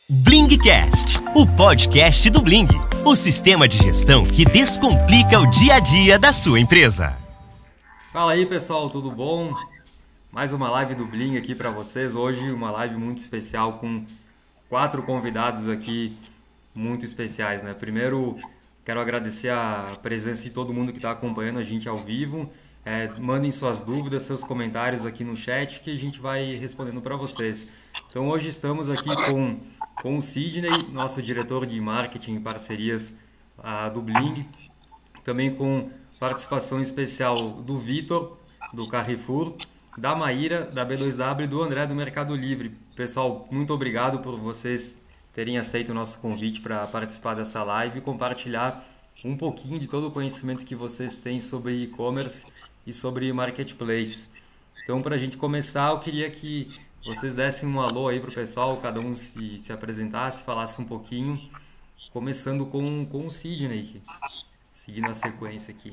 Blingcast, o podcast do Bling, o sistema de gestão que descomplica o dia a dia da sua empresa. Fala aí pessoal, tudo bom? Mais uma live do Bling aqui para vocês. Hoje uma live muito especial com 4 convidados aqui muito especiais, né? Primeiro, quero agradecer a presença de todo mundo que está acompanhando a gente ao vivo. Mandem suas dúvidas, seus comentários aqui no chat que a gente vai respondendo para vocês. Então hoje estamos aqui com o Sidney, nosso diretor de marketing e parcerias do Bling, também com participação especial do Vitor, do Carrefour, da Maíra, da B2W e do André, do Mercado Livre. Pessoal, muito obrigado por vocês terem aceito o nosso convite para participar dessa live e compartilhar um pouquinho de todo o conhecimento que vocês têm sobre e-commerce e sobre marketplace. Então, para a gente começar, eu queria que vocês dessem um alô aí para o pessoal, cada um se apresentasse, falasse um pouquinho, começando com o Sidney, seguindo a sequência aqui.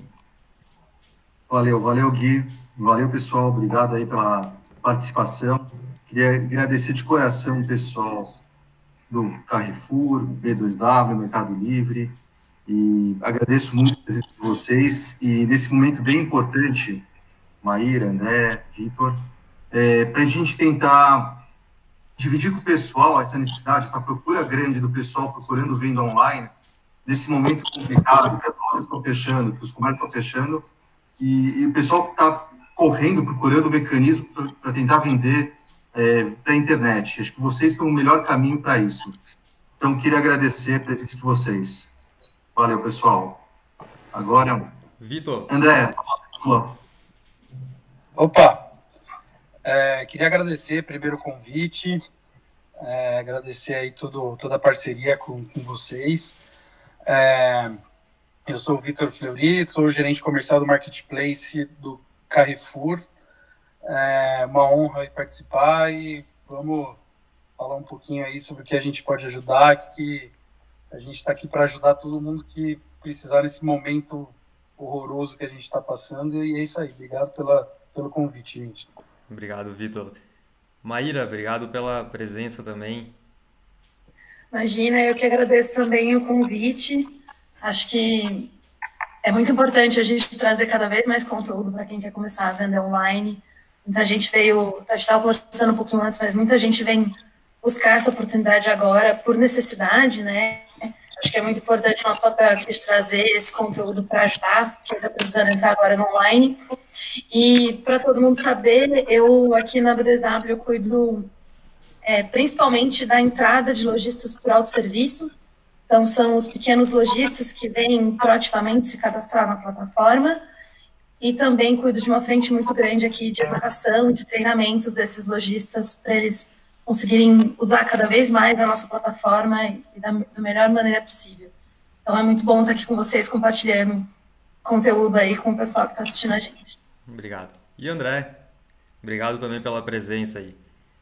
Valeu, Gui. Valeu, pessoal. Obrigado aí pela participação. Queria agradecer de coração o pessoal do Carrefour, B2W, Mercado Livre, e agradeço muito a presença de vocês. E nesse momento bem importante, Maíra, André, Vitor, para a gente tentar dividir com o pessoal essa necessidade, essa procura grande do pessoal procurando venda online, nesse momento complicado, que as lojas estão fechando, que os comércios estão fechando, e o pessoal está correndo, procurando mecanismo para tentar vender para a internet. Acho que vocês são o melhor caminho para isso. Então, queria agradecer a presença de vocês. Valeu, pessoal. Agora, Vitor. André, sua. Opa! Queria agradecer primeiro o convite, agradecer aí toda a parceria com vocês. Eu sou o Vitor Fleury, sou o gerente comercial do Marketplace do Carrefour. Uma honra aí participar e vamos falar um pouquinho aí sobre o que a gente pode ajudar, que a gente está aqui para ajudar todo mundo que precisar nesse momento horroroso que a gente está passando, e é isso aí. Obrigado pelo convite, gente. Obrigado, Vitor. Maíra, obrigado pela presença também. Imagina, eu que agradeço também o convite. Acho que é muito importante a gente trazer cada vez mais conteúdo para quem quer começar a vender online. Muita gente veio, a gente estava conversando um pouquinho antes, mas muita gente vem buscar essa oportunidade agora por necessidade, né? Acho que é muito importante o nosso papel aqui de trazer esse conteúdo para ajudar quem está precisando entrar agora no online. E para todo mundo saber, eu aqui na B2W cuido principalmente da entrada de lojistas por autosserviço. Então, são os pequenos lojistas que vêm proativamente se cadastrar na plataforma, e também cuido de uma frente muito grande aqui de educação, de treinamentos desses lojistas para eles conseguirem usar cada vez mais a nossa plataforma e da melhor maneira possível. Então, é muito bom estar aqui com vocês, compartilhando conteúdo aí com o pessoal que está assistindo a gente. Obrigado. E André, obrigado também pela presença aí.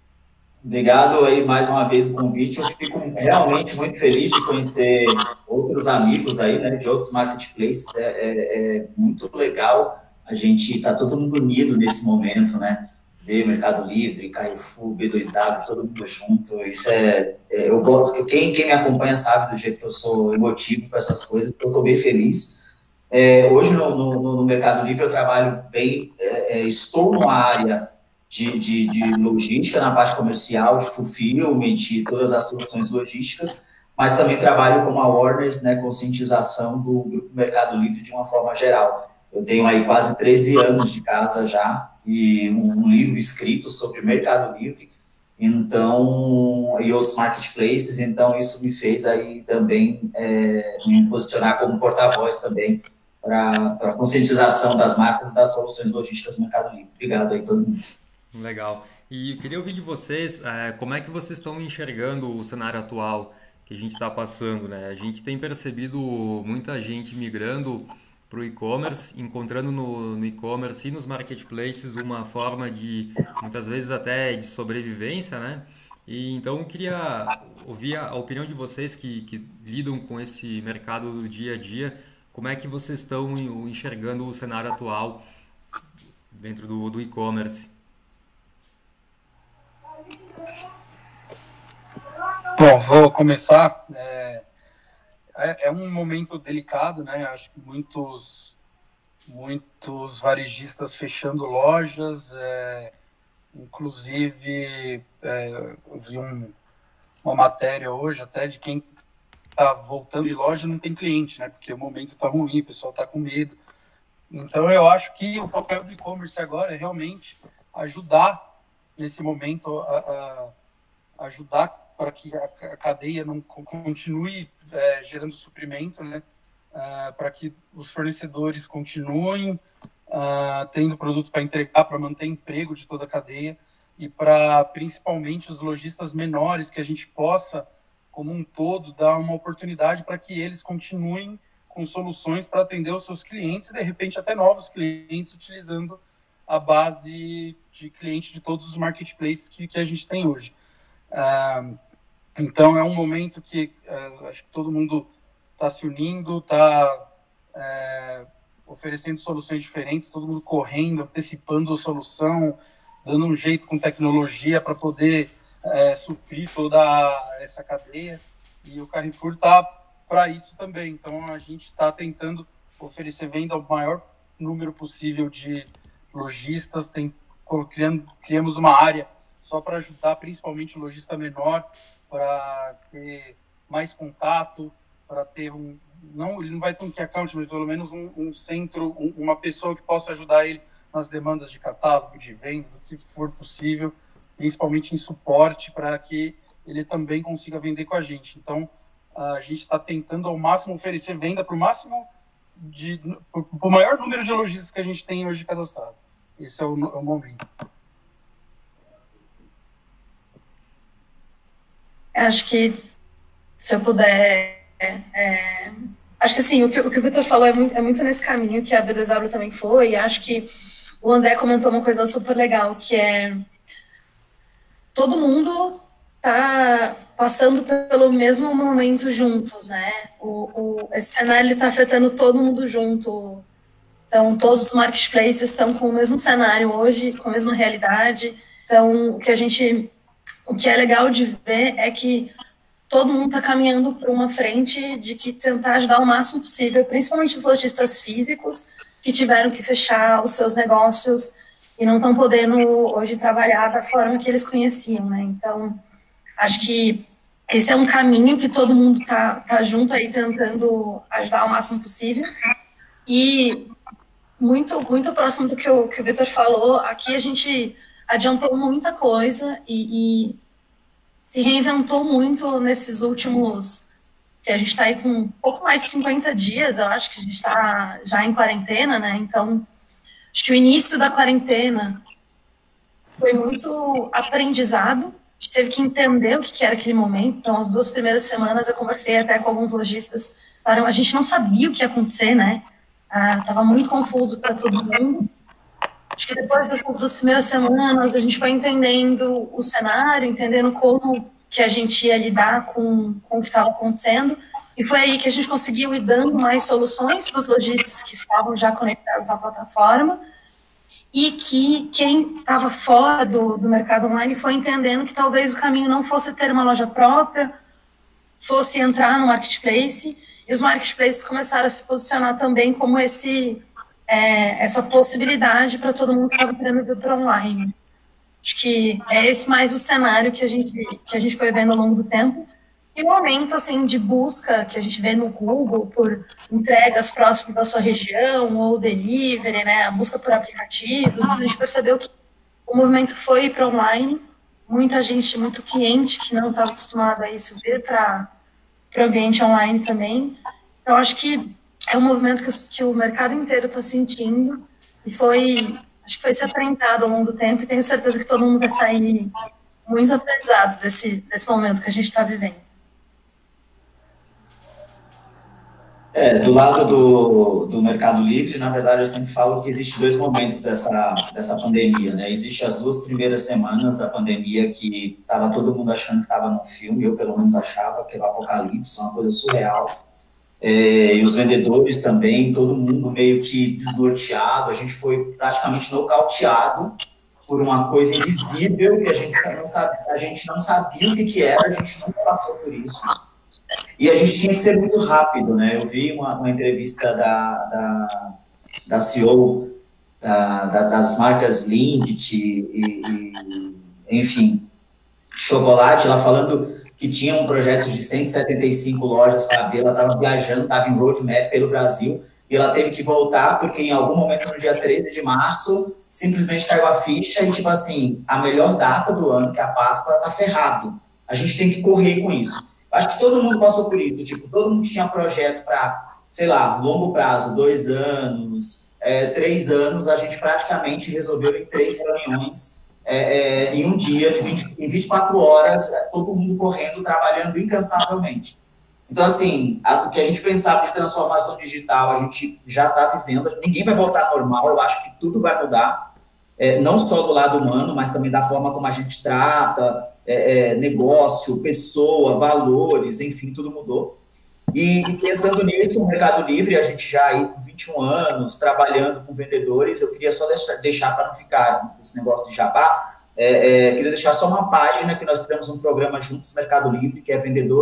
Obrigado aí mais uma vez o convite. Eu fico realmente muito feliz de conhecer outros amigos aí, né, de outros marketplaces. É muito legal. A gente está todo mundo unido nesse momento, né? Ver Mercado Livre, Carrefour, B2W, todo mundo junto. Isso eu gosto. Quem me acompanha sabe do jeito que eu sou emotivo com essas coisas. Eu estou bem feliz. Hoje no Mercado Livre eu trabalho bem. Estou numa área de logística, na parte comercial, de fulfillment, de todas as soluções logísticas, mas também trabalho como awareness, né, conscientização do Grupo Mercado Livre de uma forma geral. Eu tenho aí quase 13 anos de casa já, e um livro escrito sobre Mercado Livre, então, e outros marketplaces, então isso me fez aí também me posicionar como porta-voz também para a conscientização das marcas e das soluções logísticas do Mercado Livre. Obrigado aí todo mundo. Legal. E eu queria ouvir de vocês, como é que vocês estão enxergando o cenário atual que a gente está passando, né? A gente tem percebido muita gente migrando para o e-commerce, encontrando no e-commerce e nos marketplaces uma forma de, muitas vezes até de sobrevivência, né? E então eu queria ouvir a opinião de vocês que lidam com esse mercado do dia a dia, como é que vocês estão enxergando o cenário atual dentro do e-commerce? Bom, vou começar. É um momento delicado, né? Acho que muitos varejistas fechando lojas, inclusive eu vi uma matéria hoje até de quem está voltando de loja não tem cliente, né? Porque o momento está ruim, o pessoal está com medo. Então eu acho que o papel do e-commerce agora é realmente ajudar nesse momento, ajudar para que a cadeia não continue gerando suprimento, né? Para que os fornecedores continuem tendo produto para entregar, para manter emprego de toda a cadeia e para principalmente os lojistas menores, que a gente possa, como um todo, dar uma oportunidade para que eles continuem com soluções para atender os seus clientes e, de repente, até novos clientes, utilizando a base de cliente de todos os marketplaces que a gente tem hoje. Então, é um momento que acho que todo mundo está se unindo, está oferecendo soluções diferentes, todo mundo correndo, antecipando a solução, dando um jeito com tecnologia para poder suprir toda essa cadeia. E o Carrefour está para isso também. Então, a gente está tentando oferecer venda ao maior número possível de lojistas, criamos uma área só para ajudar principalmente o lojista menor, para ter mais contato, para ter ele não vai ter um key account, mas pelo menos um centro, uma pessoa que possa ajudar ele nas demandas de catálogo, de venda, do que for possível, principalmente em suporte, para que ele também consiga vender com a gente. Então, a gente está tentando ao máximo oferecer venda para o máximo o maior número de lojistas que a gente tem hoje cadastrado. Esse é o momento. Acho que, se eu puder... acho que, assim, o que o Vitor falou é muito nesse caminho que a BDW também foi, e acho que o André comentou uma coisa super legal, que é todo mundo está passando pelo mesmo momento juntos, né? Esse cenário está afetando todo mundo junto. Então, todos os marketplaces estão com o mesmo cenário hoje, com a mesma realidade. Então, o que é legal de ver é que todo mundo está caminhando para uma frente de que tentar ajudar o máximo possível, principalmente os lojistas físicos que tiveram que fechar os seus negócios e não estão podendo hoje trabalhar da forma que eles conheciam, né? Então, acho que esse é um caminho que todo mundo tá junto aí tentando ajudar o máximo possível. E muito, muito próximo do que o Vitor falou, aqui a gente adiantou muita coisa e se reinventou muito nesses últimos... que a gente está aí com um pouco mais de 50 dias, eu acho que a gente está já em quarentena, né? Então, acho que o início da quarentena foi muito aprendizado. A gente teve que entender o que era aquele momento. Então, as 2 primeiras semanas eu conversei até com alguns lojistas. A gente não sabia o que ia acontecer, né? Estava muito confuso para todo mundo. Acho que depois dessas 2 primeiras semanas, a gente foi entendendo o cenário, entendendo como que a gente ia lidar com o que estava acontecendo. E foi aí que a gente conseguiu ir dando mais soluções para os lojistas que estavam já conectados na plataforma e que quem estava fora do mercado online foi entendendo que talvez o caminho não fosse ter uma loja própria, fosse entrar no marketplace, e os marketplaces começaram a se posicionar também como essa possibilidade para todo mundo que estava querendo ir para online. Acho que é esse mais o cenário que a gente foi vendo ao longo do tempo. E o aumento, assim, de busca que a gente vê no Google por entregas próximas da sua região, ou delivery, né, a busca por aplicativos, a gente percebeu que o movimento foi para online, muita gente, muito cliente que não estava acostumado a isso, vir para o ambiente online também. Então, acho que é um movimento que o mercado inteiro está sentindo, e acho que foi se aprendizado ao longo do tempo, e tenho certeza que todo mundo vai sair muito aprendizado desse momento que a gente está vivendo. Do lado do Mercado Livre, na verdade, eu sempre falo que existe 2 momentos dessa pandemia, né? Existe as 2 primeiras semanas da pandemia que estava todo mundo achando que estava num filme, eu pelo menos achava que era o apocalipse, uma coisa surreal. E os vendedores também, todo mundo meio que desnorteado, a gente foi praticamente nocauteado por uma coisa invisível que a gente não sabia o que era, a gente nunca passou por isso. E a gente tinha que ser muito rápido, né? Eu vi uma entrevista da CEO das marcas Lindt enfim, chocolate, ela falando que tinha um projeto de 175 lojas para abrir, ela estava viajando, estava em roadmap pelo Brasil, e ela teve que voltar porque em algum momento no dia 13 de março, simplesmente caiu a ficha e, tipo assim, a melhor data do ano, que é a Páscoa, tá ferrado. A gente tem que correr com isso. Acho que todo mundo passou por isso, tipo, todo mundo tinha projeto para, sei lá, longo prazo, 2 anos, 3 anos, a gente praticamente resolveu em 3 reuniões, em um dia, em 24 horas, todo mundo correndo, trabalhando incansavelmente. Então, assim, o que a gente pensava de transformação digital, a gente já está vivendo, ninguém vai voltar ao normal, eu acho que tudo vai mudar, não só do lado humano, mas também da forma como a gente trata, negócio, pessoa, valores, enfim, tudo mudou. E pensando nisso, o Mercado Livre, a gente já aí com 21 anos, trabalhando com vendedores, eu queria só deixar para não ficar esse negócio de jabá, queria deixar só uma página que nós temos um programa Juntos Mercado Livre, que é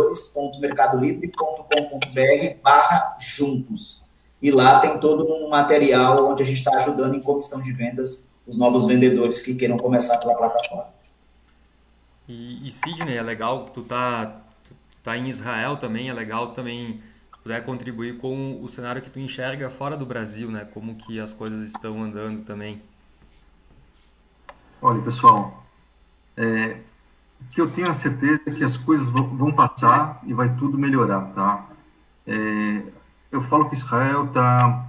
vendedores.mercadolivre.com.br/juntos. E lá tem todo um material onde a gente está ajudando em comissão de vendas os novos vendedores que queiram começar pela plataforma. E Sidney, é legal que tu tá em Israel também, é legal também puder contribuir com o cenário que tu enxerga fora do Brasil, né? Como que as coisas estão andando também. Olha, pessoal, o que eu tenho a certeza é que as coisas vão passar e vai tudo melhorar, tá? Eu falo que Israel está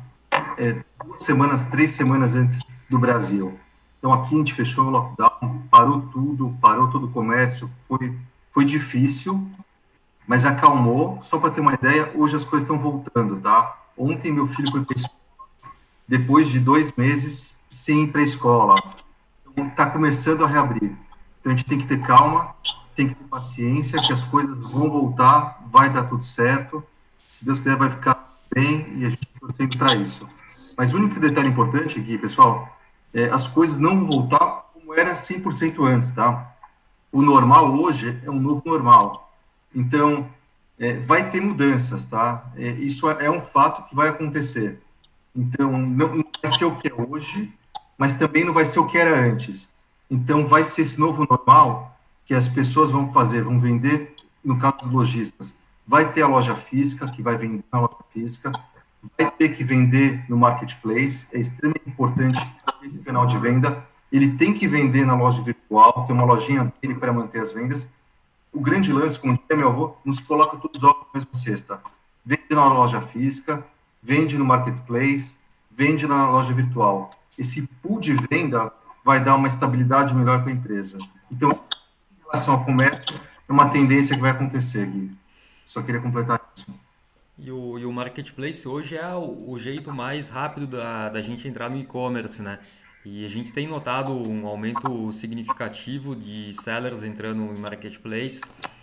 2 semanas, 3 semanas antes do Brasil. Então, aqui a gente fechou o lockdown, parou tudo, parou todo o comércio, foi difícil, mas acalmou. Só para ter uma ideia, hoje as coisas estão voltando, tá? Ontem meu filho foi para a escola, depois de 2 meses sem ir para a escola. Então, está começando a reabrir. Então, a gente tem que ter calma, tem que ter paciência, que as coisas vão voltar, vai dar tudo certo. Se Deus quiser, vai ficar bem e a gente está torcendo para isso. Mas o único detalhe importante aqui, pessoal, as coisas não vão voltar como era 100% antes, tá? O normal hoje é um novo normal. Então, vai ter mudanças, tá? Isso é um fato que vai acontecer. Então, não vai ser o que é hoje, mas também não vai ser o que era antes. Então, vai ser esse novo normal que as pessoas vão vender, no caso dos lojistas. Vai ter a loja física, que vai vender na loja física, vai ter que vender no marketplace, é extremamente importante esse canal de venda. Ele tem que vender na loja virtual, tem uma lojinha dele para manter as vendas. O grande lance, como dizia meu avô, nos coloca todos os ovos na mesma cesta. Vende na loja física, vende no marketplace, vende na loja virtual. Esse pool de venda vai dar uma estabilidade melhor para a empresa. Então, em relação ao comércio, é uma tendência que vai acontecer, Gui. Só queria completar isso. E o marketplace hoje é o jeito mais rápido da gente entrar no e-commerce, né? E a gente tem notado um aumento significativo de sellers entrando em marketplace.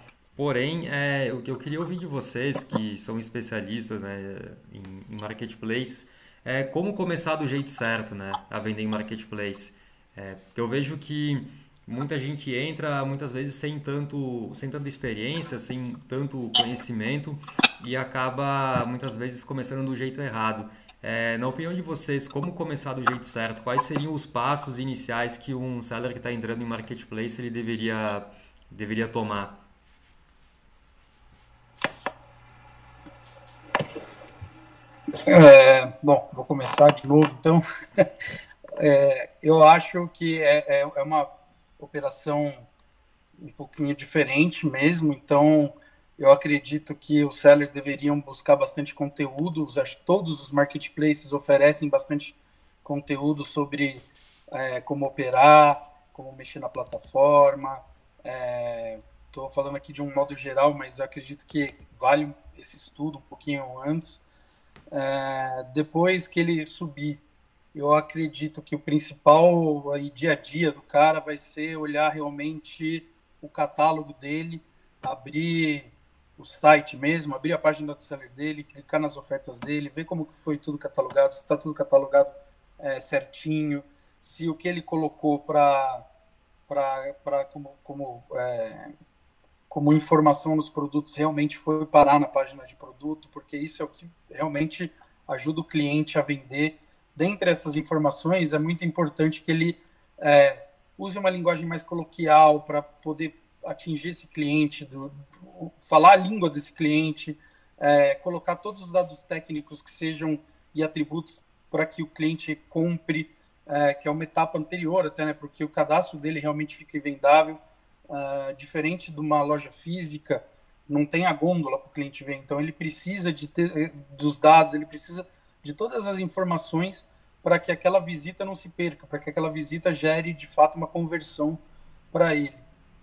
Porém, o que eu queria ouvir de vocês, que são especialistas, né, em marketplace, é como começar do jeito certo, né, a vender em marketplace. Porque eu vejo que muita gente entra, muitas vezes, sem tanta experiência, sem tanto conhecimento e acaba, muitas vezes, começando do jeito errado. Na opinião de vocês, como começar do jeito certo? Quais seriam os passos iniciais que um seller que está entrando em marketplace ele deveria tomar? Bom, vou começar de novo, então. Eu acho que é uma operação um pouquinho diferente mesmo, então eu acredito que os sellers deveriam buscar bastante conteúdo. Acho que todos os marketplaces oferecem bastante conteúdo sobre como operar, como mexer na plataforma. Estou falando aqui de um modo geral, mas eu acredito que vale esse estudo um pouquinho antes. Depois que ele subir, eu acredito que o principal aí, dia a dia do cara vai ser olhar realmente o catálogo dele, abrir o site mesmo, abrir a página do seller dele, clicar nas ofertas dele, ver como que foi tudo catalogado, se está tudo catalogado certinho, se o que ele colocou como informação nos produtos realmente foi parar na página de produto, porque isso é o que realmente ajuda o cliente a vender. Dentre essas informações, é muito importante que ele use uma linguagem mais coloquial para poder atingir esse cliente, falar a língua desse cliente, colocar todos os dados técnicos que sejam e atributos para que o cliente compre, que é uma etapa anterior até, né, porque o cadastro dele realmente fique vendável. Diferente de uma loja física, não tem a gôndola para o cliente ver, então ele precisa dos dados, ele precisa de todas as informações para que aquela visita não se perca, para que aquela visita gere de fato uma conversão para ele.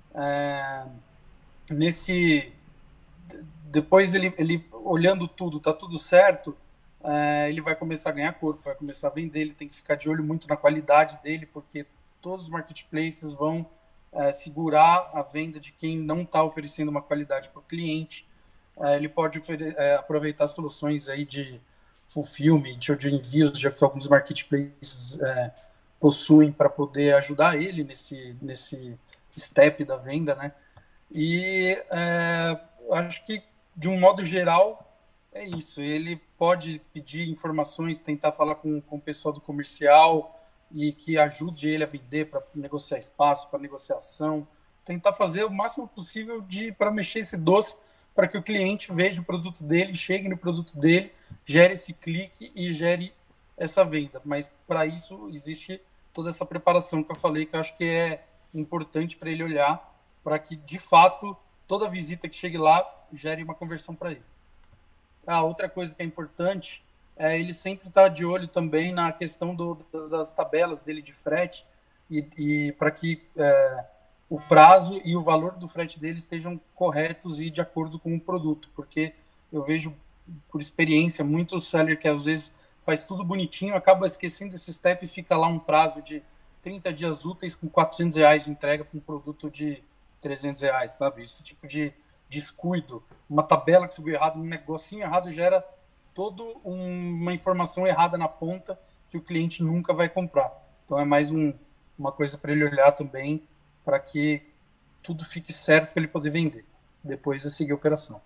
Depois ele olhando tudo, tá tudo certo, ele vai começar a ganhar corpo, vai começar a vender, ele tem que ficar de olho muito na qualidade dele, porque todos os marketplaces vão segurar a venda de quem não está oferecendo uma qualidade para o cliente. Ele pode aproveitar soluções aí de fulfillment ou de envios, já que alguns marketplaces possuem, para poder ajudar ele nesse step da venda, né? E acho que, de um modo geral, é isso. Ele pode pedir informações, tentar falar com o pessoal do comercial e que ajude ele a vender, para negociar espaço, para negociação, tentar fazer o máximo possível para mexer esse doce, para que o cliente veja o produto dele, chegue no produto dele, gere esse clique e gere essa venda. Mas para isso existe toda essa preparação que eu falei, que eu acho que é importante para ele olhar, para que de fato toda visita que chegue lá gere uma conversão para ele. Outra coisa que é importante ele sempre está de olho também na questão das tabelas dele de frete e para que o prazo e o valor do frete dele estejam corretos e de acordo com o produto, porque eu vejo, por experiência, muito seller que às vezes faz tudo bonitinho, acaba esquecendo esse step e fica lá um prazo de 30 dias úteis com R$400 de entrega para um produto de R$300, sabe? Esse tipo de descuido, uma tabela que subiu errado, um negocinho errado gera toda uma informação errada na ponta que o cliente nunca vai comprar. Então é mais uma coisa para ele olhar também, para que tudo fique certo para ele poder vender. Depois é seguir a operação.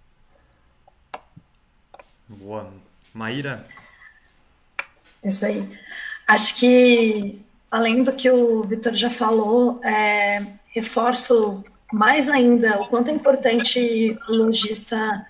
Boa. Maíra? Isso aí. Acho que, além do que o Vitor já falou, reforço mais ainda o quanto é importante o lojista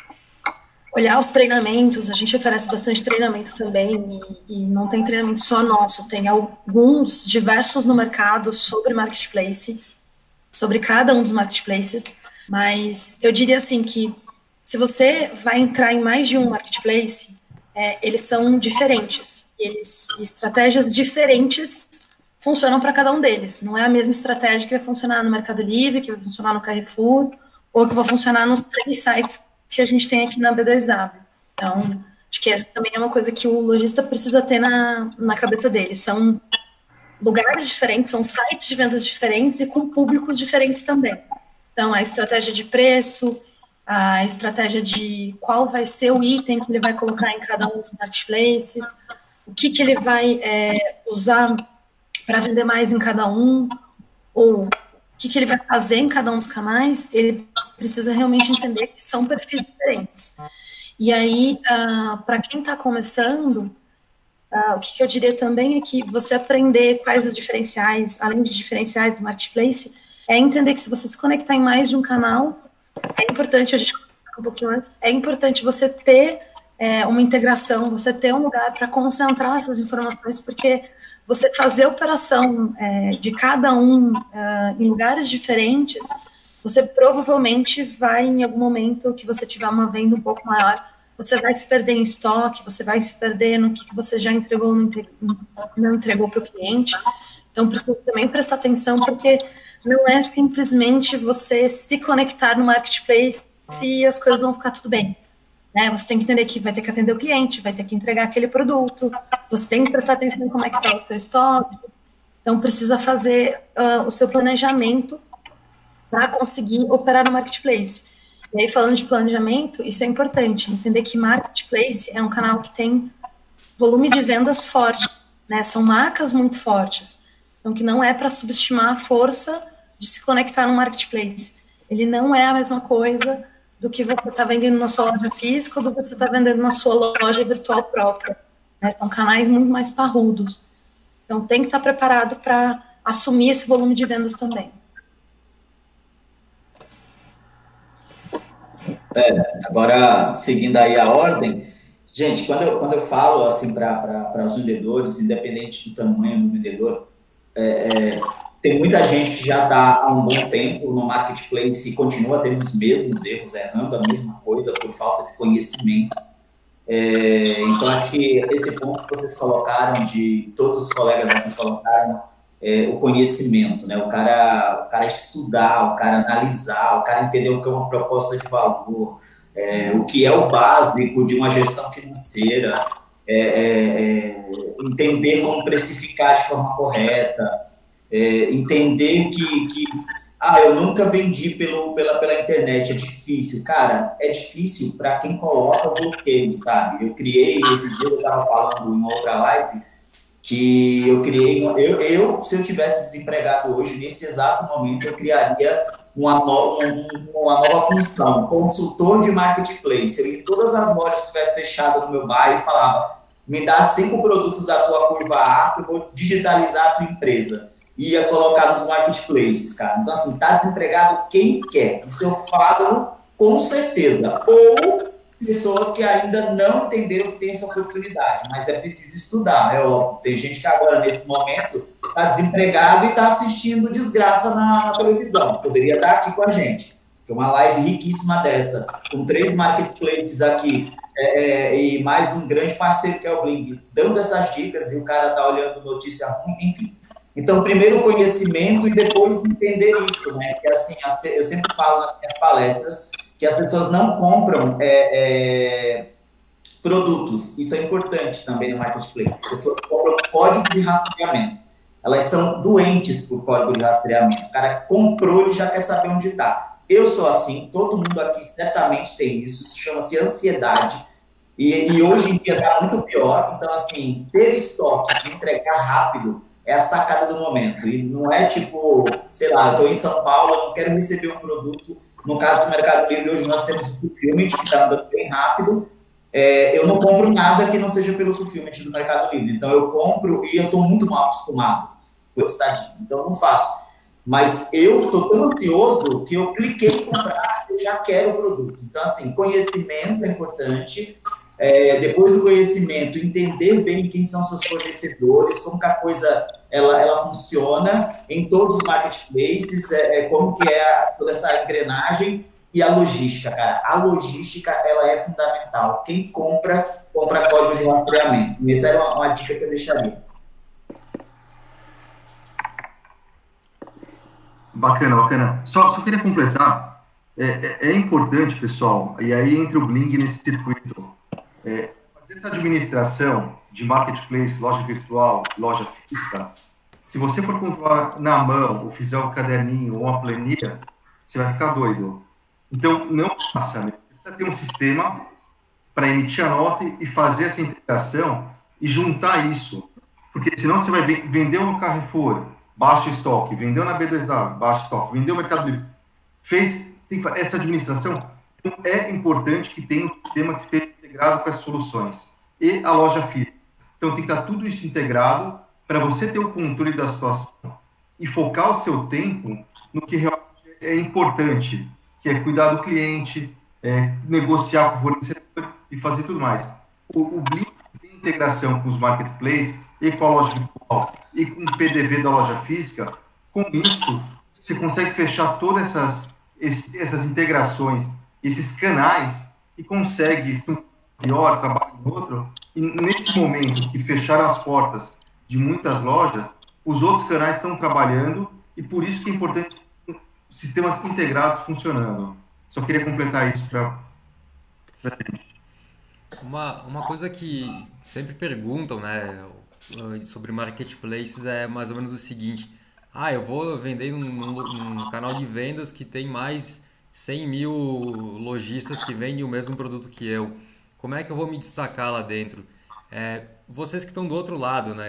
olhar os treinamentos. A gente oferece bastante treinamento também, e não tem treinamento só nosso, tem alguns diversos no mercado sobre marketplace, sobre cada um dos marketplaces, mas eu diria assim que se você vai entrar em mais de um marketplace, eles são diferentes, estratégias diferentes funcionam para cada um deles, não é a mesma estratégia que vai funcionar no Mercado Livre, que vai funcionar no Carrefour, ou que vai funcionar nos 3 sites que a gente tem aqui na B2W. Então, acho que essa também é uma coisa que o lojista precisa ter na cabeça dele. São lugares diferentes, são sites de vendas diferentes e com públicos diferentes também. Então, a estratégia de preço, a estratégia de qual vai ser o item que ele vai colocar em cada um dos marketplaces, o que ele vai usar para vender mais em cada um, ou o que ele vai fazer em cada um dos canais, ele precisa realmente entender que são perfis diferentes. E aí, para quem está começando, o que eu diria também é que você aprender quais os diferenciais, além de diferenciais do marketplace, é entender que se você se conectar em mais de um canal, é importante, a gente um pouquinho antes, é importante você ter uma integração, você ter um lugar para concentrar essas informações, porque você fazer a operação de cada um em lugares diferentes, você provavelmente vai, em algum momento que você tiver uma venda um pouco maior, você vai se perder em estoque, você vai se perder no que você já entregou ou não entregou para o cliente. Então, precisa também prestar atenção, porque não é simplesmente você se conectar no marketplace e as coisas vão ficar tudo bem. Você tem que entender que vai ter que atender o cliente, vai ter que entregar aquele produto, você tem que prestar atenção em como é que está o seu estoque. Então, precisa fazer o seu planejamento para conseguir operar no marketplace. E aí, falando de planejamento, isso é importante, entender que marketplace é um canal que tem volume de vendas forte. né? São marcas muito fortes. Então, que não é para subestimar a força de se conectar no marketplace. Ele não é a mesma coisa do que você está vendendo na sua loja física ou do que você está vendendo na sua loja virtual própria, né? São canais muito mais parrudos. Então, tem que estar preparado para assumir esse volume de vendas também. Agora, seguindo aí a ordem, gente, quando eu falo assim para os vendedores, independente do tamanho do vendedor, tem muita gente que já está há um bom tempo no marketplace e continua tendo os mesmos erros, errando a mesma coisa por falta de conhecimento. Então, acho que esse ponto que vocês colocaram, de todos os colegas aqui colocaram, o conhecimento, né? O cara estudar, o cara analisar, o cara entender o que é uma proposta de valor, o que é o básico de uma gestão financeira, entender como precificar de forma correta, entender que eu nunca vendi pela internet, é difícil. Cara, é difícil para quem coloca bloqueio, sabe? Eu criei, esse dia eu estava falando em uma outra live, que eu criei, se eu tivesse desempregado hoje, nesse exato momento, eu criaria uma nova função, consultor de marketplace. Eu ia em todas as lojas que estivessem fechadas no meu bairro e falava, me dá 5 produtos da tua curva A, que eu vou digitalizar a tua empresa. Ia colocar nos marketplaces, cara. Então, assim, tá desempregado quem quer. Isso eu falo com certeza. Ou pessoas que ainda não entenderam que tem essa oportunidade, mas é preciso estudar, é óbvio. Tem gente que agora, nesse momento, está desempregado e está assistindo desgraça na televisão. Poderia estar aqui com a gente. Tem uma live riquíssima dessa, com 3 marketplaces aqui, e mais um grande parceiro que é o Bling, dando essas dicas, e o cara está olhando notícia ruim, enfim. Então, primeiro o conhecimento e depois entender isso, né? Porque, assim, eu sempre falo nas minhas palestras que as pessoas não compram produtos. Isso é importante também no marketplace. As pessoas compram código de rastreamento. Elas são doentes por código de rastreamento. O cara comprou e já quer saber onde está. Eu sou assim, todo mundo aqui certamente tem isso. Isso chama-se ansiedade. E hoje em dia está muito pior. Então, assim, ter estoque e entregar rápido é a sacada do momento. E não é tipo, sei lá, eu estou em São Paulo, eu não quero receber um produto. No caso do Mercado Livre, hoje nós temos o fulfillment, que está andando bem rápido. Eu não compro nada que não seja pelo fulfillment do Mercado Livre. Então, eu compro e eu estou muito mal acostumado com o estadinho. Então, eu não faço. Mas eu estou tão ansioso que eu cliquei em comprar e já quero o produto. Então, assim, conhecimento é importante. Depois do conhecimento, entender bem quem são seus fornecedores, como que a coisa ela funciona em todos os marketplaces, como que é toda essa engrenagem e a logística, cara. A logística, ela é fundamental. Quem compra código de rastreamento. Essa era uma dica que eu deixaria. Bacana. Só queria completar. É importante, pessoal, e aí entra o Bling nesse circuito. Fazer essa administração de marketplace, loja virtual, loja física, se você for controlar na mão, ou fizer um caderninho ou uma planilha, você vai ficar doido. Então, não faça. Você precisa ter um sistema para emitir a nota e fazer essa integração e juntar isso. Porque senão você vai vender no Carrefour, baixo estoque, vendeu na B2W, baixo estoque, vendeu no Mercado Livre. Essa administração é importante que tenha um sistema que esteja integrado com as soluções e a loja física. Então, tem que estar tudo isso integrado para você ter o controle da situação e focar o seu tempo no que realmente é importante, que é cuidar do cliente, negociar com o fornecedor e fazer tudo mais. O Bling tem integração com os marketplaces e com a loja virtual e com o PDV da loja física. Com isso, você consegue fechar todas essas integrações, esses canais, e consegue, se um pior, trabalhar em outro, e nesse momento que fecharam as portas de muitas lojas, os outros canais estão trabalhando, e por isso que é importante sistemas integrados funcionando. Só queria completar isso para gente. Uma coisa que sempre perguntam, né, sobre marketplaces é mais ou menos o seguinte: eu vou vender num canal de vendas que tem mais 100 mil lojistas que vendem o mesmo produto que eu. Como é que eu vou me destacar lá dentro? Vocês que estão do outro lado, né?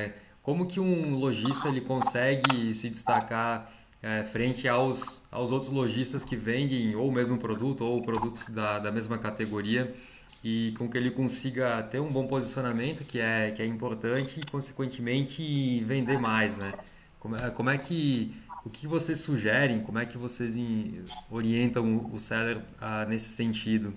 como que um lojista ele consegue se destacar frente aos outros lojistas que vendem ou o mesmo produto ou produtos da mesma categoria e com que ele consiga ter um bom posicionamento, que é importante, e consequentemente vender mais, né? Como é que, o que vocês sugerem, como é que vocês orientam o seller nesse sentido?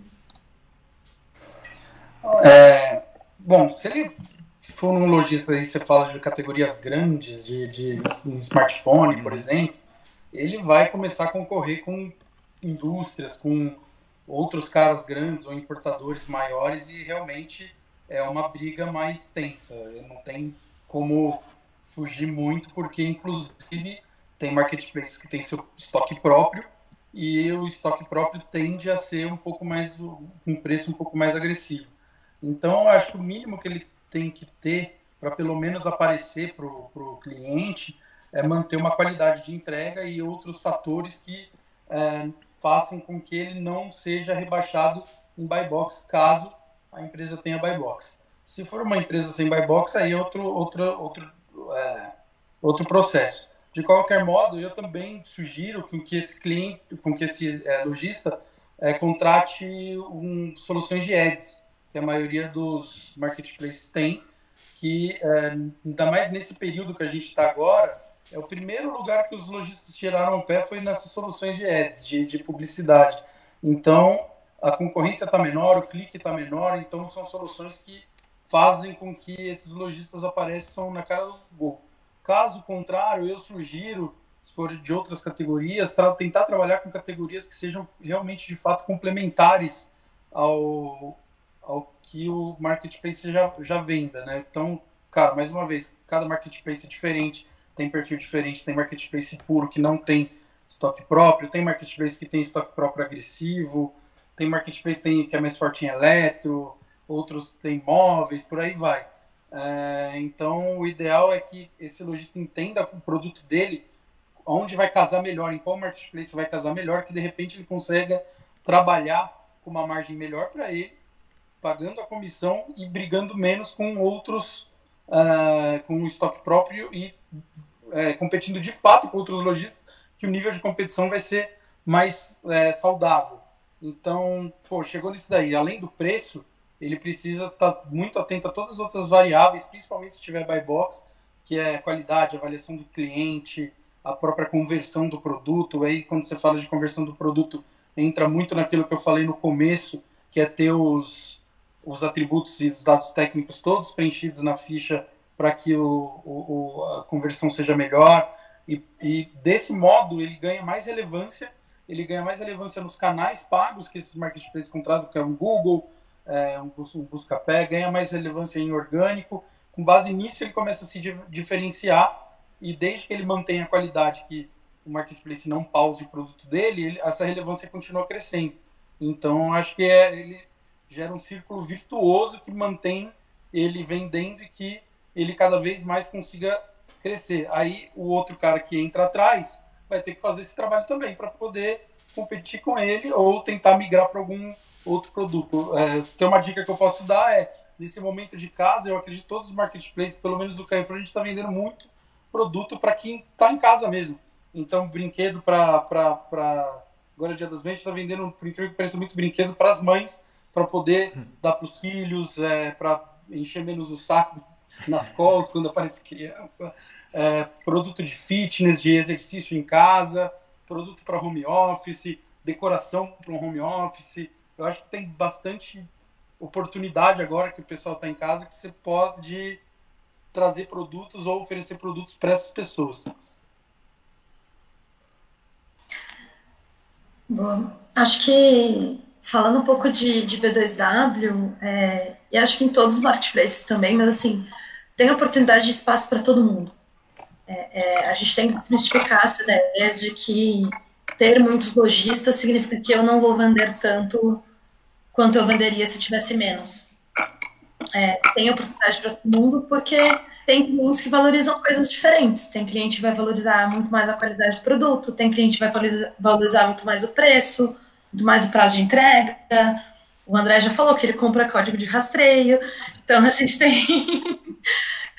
Bom, se ele for um lojista aí, você fala de categorias grandes, de um smartphone, por exemplo, ele vai começar a concorrer com indústrias, com outros caras grandes ou importadores maiores e realmente é uma briga mais tensa. Não tem como fugir muito, porque inclusive tem marketplaces que tem seu estoque próprio e o estoque próprio tende a ser um preço um pouco mais agressivo. Então, eu acho que o mínimo que ele tem que ter para pelo menos aparecer para o cliente é manter uma qualidade de entrega e outros fatores que façam com que ele não seja rebaixado em buy box, caso a empresa tenha buy box. Se for uma empresa sem buy box, aí é outro processo. De qualquer modo, eu também sugiro que esse lojista contrate soluções de ads, que a maioria dos marketplaces tem, que ainda mais nesse período que a gente está agora, é o primeiro lugar que os lojistas tiraram o pé foi nessas soluções de ads, de publicidade. Então, a concorrência está menor, o clique está menor, então são soluções que fazem com que esses lojistas apareçam na cara do gol. Caso contrário, eu sugiro, se for de outras categorias, tentar trabalhar com categorias que sejam realmente, de fato, complementares ao que o marketplace já venda, né? Então, cara, mais uma vez, cada marketplace é diferente, tem perfil diferente, tem marketplace puro que não tem estoque próprio, tem marketplace que tem estoque próprio agressivo, tem marketplace que é mais forte em eletro, outros tem móveis, por aí vai. Então, o ideal é que esse lojista entenda o produto dele, onde vai casar melhor, em qual marketplace vai casar melhor, que de repente ele consiga trabalhar com uma margem melhor para ele, pagando a comissão e brigando menos com outros, com o estoque próprio e competindo de fato com outros lojistas, que o nível de competição vai ser mais saudável. Então, chegou nisso daí. Além do preço, ele precisa estar muito atento a todas as outras variáveis, principalmente se tiver buy box, que é qualidade, avaliação do cliente, a própria conversão do produto. Aí, quando você fala de conversão do produto, entra muito naquilo que eu falei no começo, que é ter os atributos e os dados técnicos todos preenchidos na ficha para que a conversão seja melhor. E desse modo, ele ganha mais relevância nos canais pagos que esses marketplaces contratam, que é um Google, um Buscapé, ganha mais relevância em orgânico. Com base nisso, ele começa a se diferenciar, e desde que ele mantenha a qualidade, que o marketplace não pause o produto dele, essa relevância continua crescendo. Então, acho que ele gera um círculo virtuoso que mantém ele vendendo e que ele cada vez mais consiga crescer. Aí, o outro cara que entra atrás vai ter que fazer esse trabalho também para poder competir com ele ou tentar migrar para algum outro produto. Se tem uma dica que eu posso dar nesse momento de casa, eu acredito que todos os marketplaces, pelo menos do Carrefour, a gente está vendendo muito produto para quem está em casa mesmo. Então, brinquedo agora, Dia das Mães, a gente está vendendo, por incrível que pareça, muito brinquedo para as mães, para poder dar para os filhos, para encher menos o saco nas costas quando aparece criança, produto de fitness, de exercício em casa, produto para home office, decoração para um home office. Eu acho que tem bastante oportunidade agora que o pessoal está em casa, que você pode trazer produtos ou oferecer produtos para essas pessoas. Bom, acho que falando um pouco de B2W, e acho que em todos os marketplaces também, mas assim, tem oportunidade de espaço para todo mundo. A gente tem que desmistificar essa ideia de que ter muitos lojistas significa que eu não vou vender tanto quanto eu venderia se tivesse menos. Tem oportunidade para todo mundo porque tem clientes que valorizam coisas diferentes. Tem cliente que vai valorizar muito mais a qualidade do produto, tem cliente que vai valorizar muito mais o preço, muito mais o prazo de entrega. O André já falou que ele compra código de rastreio. Então, a gente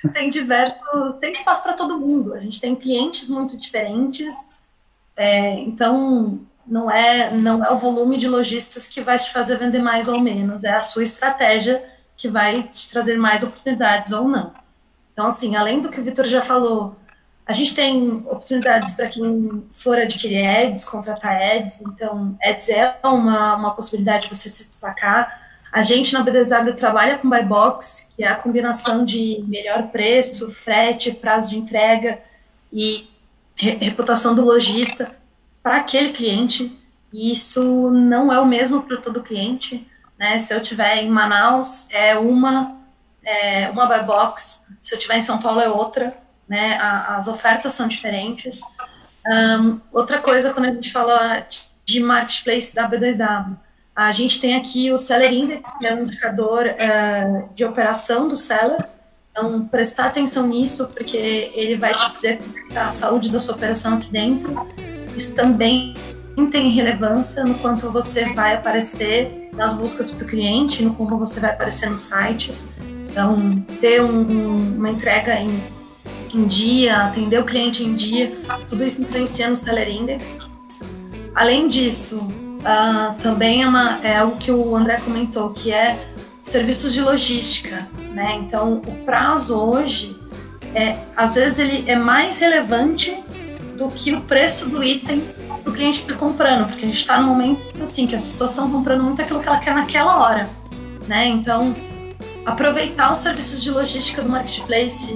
tem espaço para todo mundo. A gente tem clientes muito diferentes, então não é o volume de lojistas que vai te fazer vender mais ou menos, é a sua estratégia que vai te trazer mais oportunidades ou não. Então, assim, além do que o Vitor já falou, a gente tem oportunidades para quem for adquirir ads, contratar ads. Então, ads é uma possibilidade de você se destacar. A gente na B2W trabalha com buy box, que é a combinação de melhor preço, frete, prazo de entrega e reputação do lojista para aquele cliente. E isso não é o mesmo para todo cliente, né? Se eu estiver em Manaus, é uma buy box. Se eu estiver em São Paulo, é outra. Né, as ofertas são diferentes. Outra coisa, quando a gente fala de marketplace da B2W, a gente tem aqui o Seller Index, que é um indicador de operação do seller. Então, prestar atenção nisso, porque ele vai te dizer a saúde da sua operação aqui dentro. Isso também tem relevância no quanto você vai aparecer nas buscas para o cliente, no como você vai aparecer nos sites. Então, ter uma entrega em dia, atender o cliente em dia, tudo isso influencia no Seller Index. Além disso, também é algo que o André comentou, que é serviços de logística, né? Então, o prazo hoje, às vezes, ele é mais relevante do que o preço do item para o cliente que está comprando, porque a gente está no momento assim, que as pessoas estão comprando muito aquilo que ela quer naquela hora, né? Então, aproveitar os serviços de logística do Marketplace,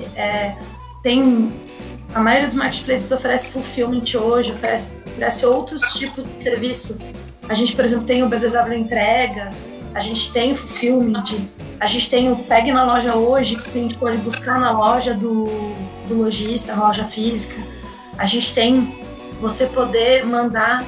a maioria dos marketplaces oferece fulfillment hoje, oferece outros tipos de serviço. A gente, por exemplo, tem o B2W entrega, a gente tem o fulfillment, a gente tem o pegue na loja hoje, que o cliente pode buscar na loja do lojista, na loja física. A gente tem você poder mandar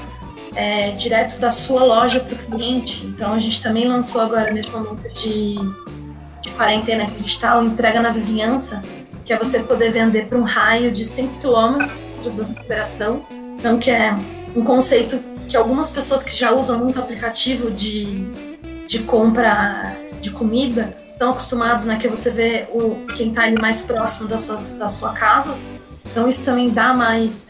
direto da sua loja para o cliente. Então, a gente também lançou agora, nesse momento de quarentena digital, entrega na vizinhança, que é você poder vender para um raio de 5 quilômetros da operação. Então, que é um conceito que algumas pessoas que já usam muito aplicativo de compra de comida estão acostumados, né, que você vê quem está ali mais próximo da sua casa. Então, isso também dá mais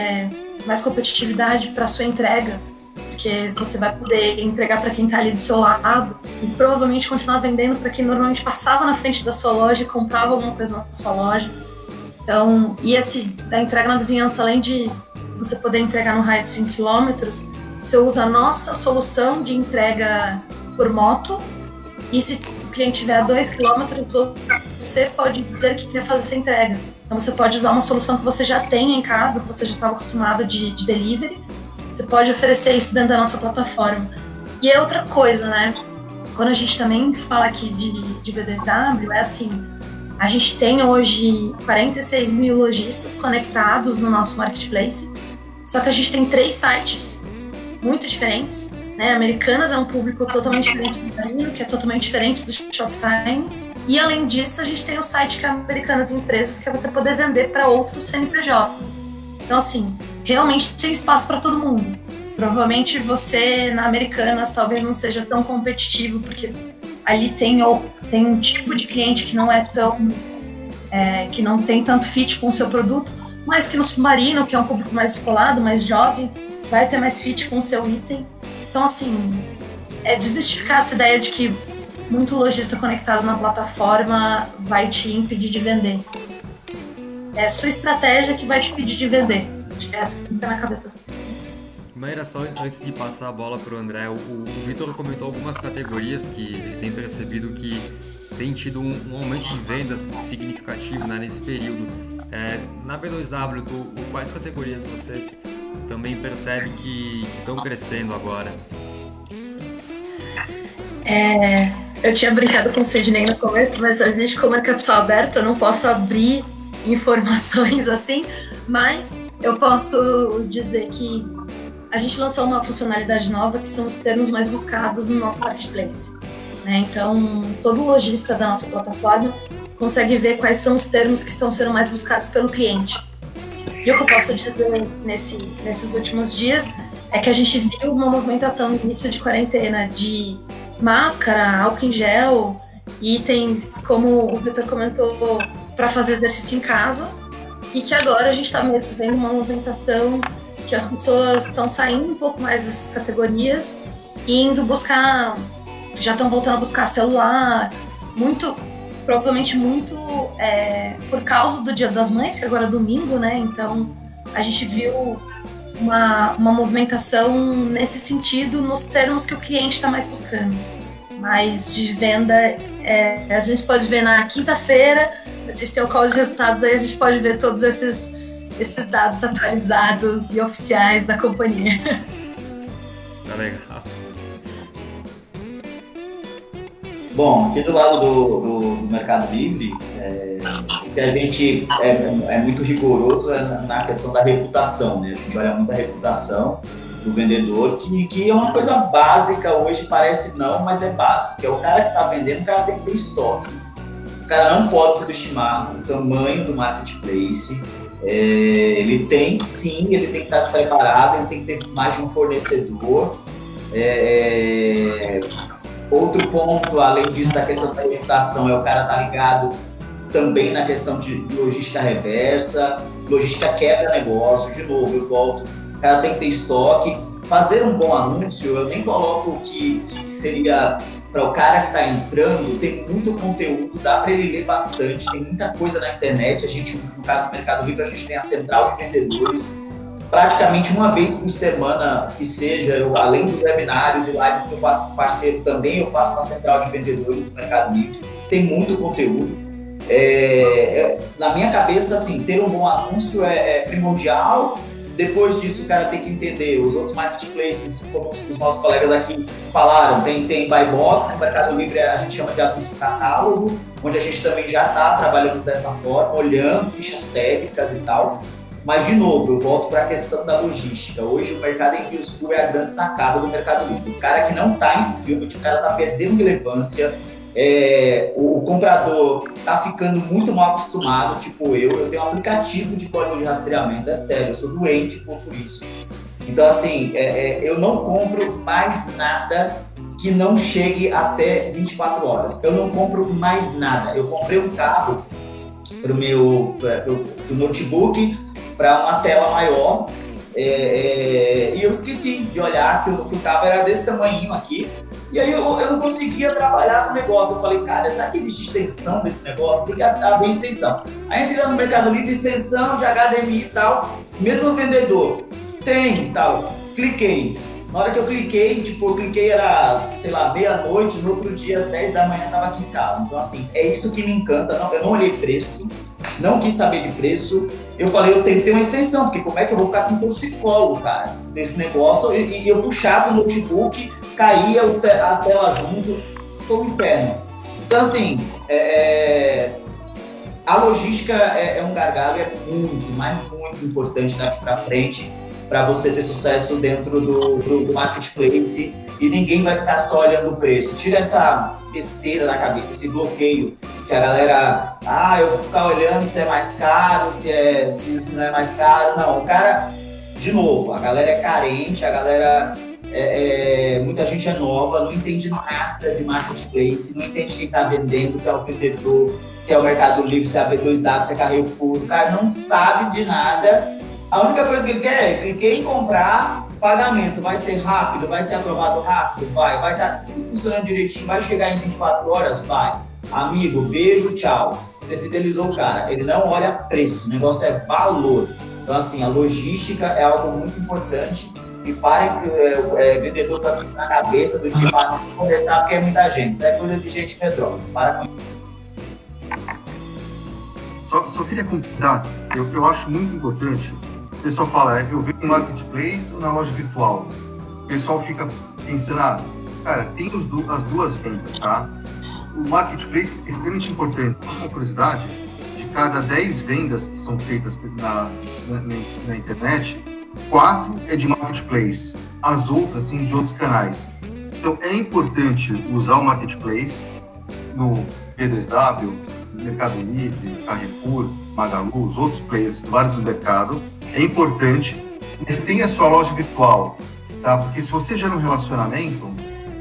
competitividade para a sua entrega, porque você vai poder entregar para quem está ali do seu lado e provavelmente continuar vendendo para quem normalmente passava na frente da sua loja e comprava alguma coisa na sua loja. Então, e da entrega na vizinhança, além de você poder entregar no raio de 5 km, você usa a nossa solução de entrega por moto, e se o cliente tiver a 2 km, você pode dizer que quer fazer essa entrega. Então, você pode usar uma solução que você já tem em casa, que você já estava acostumado de delivery. Você pode oferecer isso dentro da nossa plataforma. E é outra coisa, né? Quando a gente também fala aqui de B2W, é assim, a gente tem hoje 46 mil lojistas conectados no nosso marketplace, só que a gente tem 3 sites muito diferentes, né? Americanas é um público totalmente diferente do Marino, que é totalmente diferente do Shoptime. E além disso, a gente tem o site que é Americanas Empresas, que é você poder vender para outros CNPJs. Então, assim, realmente tem espaço para todo mundo. Provavelmente você, na Americanas, talvez não seja tão competitivo, porque ali tem um tipo de cliente que não é tão... que não tem tanto fit com o seu produto, mas que no Submarino, que é um público mais descolado, mais jovem, vai ter mais fit com o seu item. Então, assim, desmistificar essa ideia de que muito lojista conectado na plataforma vai te impedir de vender. É a sua estratégia que vai te impedir de vender. Acho que é essa que fica na cabeça das pessoas. Maíra, só antes de passar a bola para o André, o Vitor comentou algumas categorias que ele tem percebido que tem tido um aumento de vendas significativo, né, nesse período. Na B2W, quais categorias vocês também percebem que estão crescendo agora? Eu tinha brincado com o Sidney no começo, mas a gente, como é capital aberto, eu não posso abrir informações assim, mas eu posso dizer que a gente lançou uma funcionalidade nova que são os termos mais buscados no nosso marketplace, né? Então, todo lojista da nossa plataforma consegue ver quais são os termos que estão sendo mais buscados pelo cliente. E o que eu posso dizer nesses últimos dias é que a gente viu uma movimentação no início de quarentena de máscara, álcool em gel, itens como o Vitor comentou, para fazer exercício em casa, e que agora a gente está vendo uma movimentação que as pessoas estão saindo um pouco mais dessas categorias e indo buscar, já estão voltando a buscar celular, provavelmente muito por causa do Dia das Mães, que agora é domingo, né? Então a gente viu uma movimentação nesse sentido, nos termos que o cliente está mais buscando. Mas de venda, a gente pode ver na quinta-feira, a gente tem o call de resultados, aí a gente pode ver todos esses dados atualizados e oficiais da companhia. Tá legal. Bom, aqui do lado do Mercado Livre, o que a gente é muito rigoroso na questão da reputação, né? A gente olha muito a reputação do vendedor, que é uma coisa básica hoje, parece não, mas é básico, que é o cara que está vendendo, o cara tem que ter estoque. O cara não pode subestimar o tamanho do marketplace. Ele tem que estar preparado, ele tem que ter mais de um fornecedor. Outro ponto, além disso, da questão da reputação, é o cara estar ligado também na questão de logística reversa, logística quebra negócio. De novo, eu volto, o cara tem que ter estoque. Fazer um bom anúncio, eu nem coloco que seria para o cara que está entrando, tem muito conteúdo, dá para ele ler bastante, tem muita coisa na internet. A gente, no caso do Mercado Livre, a gente tem a central de vendedores, praticamente uma vez por semana, que seja, além dos webinários e lives que eu faço com parceiro também, eu faço na central de vendedores do Mercado Livre, tem muito conteúdo. Na minha cabeça, assim, ter um bom anúncio é primordial. Depois disso, o cara tem que entender os outros marketplaces, como os nossos colegas aqui falaram, tem buy box, no Mercado Livre a gente chama de anúncio catálogo, onde a gente também já está trabalhando dessa forma, olhando fichas técnicas e tal. Mas, de novo, eu volto para a questão da logística. Hoje, o mercado em fulfillment é a grande sacada do Mercado Livre. O cara que não está em fulfillment, o cara está perdendo relevância, o comprador está ficando muito mal acostumado, tipo eu tenho um aplicativo de código de rastreamento, é sério, eu sou doente por isso. Então, assim, eu não compro mais nada que não chegue até 24 horas. Eu não compro mais nada. Eu comprei um cabo para o meu notebook, para uma tela maior, e eu esqueci de olhar que o cabo era desse tamanhinho aqui, e aí eu não conseguia trabalhar com o negócio. Eu falei, cara, será que existe extensão desse negócio? Tem que abrir extensão. Aí entrei no Mercado Livre, extensão de HDMI e tal, mesmo vendedor, tem e tal, cliquei. Na hora que eu cliquei era, sei lá, meia-noite, no outro dia, às 10 da manhã, eu estava aqui em casa. Então, assim, é isso que me encanta. Eu não olhei preço, não quis saber de preço. Eu falei, eu tenho que ter uma extensão, porque como é que eu vou ficar com torcicolo, cara, desse negócio? E eu puxava o notebook, caía a tela junto, foi um inferno. Então, assim, a logística é um gargalo, é muito, mas muito importante daqui para frente, para você ter sucesso dentro do marketplace, e ninguém vai ficar só olhando o preço. Tira essa besteira da cabeça, esse bloqueio que a galera, eu vou ficar olhando se é mais caro, se não é mais caro. Não, o cara, de novo, a galera é carente, a galera, muita gente é nova, não entende nada de marketplace, não entende quem está vendendo, se é o vendedor, se é o Mercado Livre, se é a B2W, se é Carrefour. O cara não sabe de nada. A única coisa que ele quer é cliquei em comprar, pagamento vai ser rápido, vai ser aprovado rápido, vai estar tudo funcionando direitinho, vai chegar em 24 horas, vai. Amigo, beijo, tchau. Você fidelizou o cara. Ele não olha preço, o negócio é valor. Então, assim, a logística é algo muito importante. E parem que vendedor tá com isso na cabeça do tipo, não vou conversar porque é muita gente. Isso é coisa de gente medrosa. Para com isso. Só queria completar, eu acho muito importante. O pessoal fala, eu vejo no marketplace ou na loja virtual. O pessoal fica pensando, cara, tem as duas vendas, tá? O marketplace é extremamente importante. Uma curiosidade, de cada 10 vendas que são feitas na internet, 4 é de marketplace, as outras são de outros canais. Então é importante usar o marketplace no B2W, no Mercado Livre, Carrefour, Magalu, os outros players, vários do mercado. É importante, mas tenha a sua loja virtual, tá? Porque se você gera um relacionamento,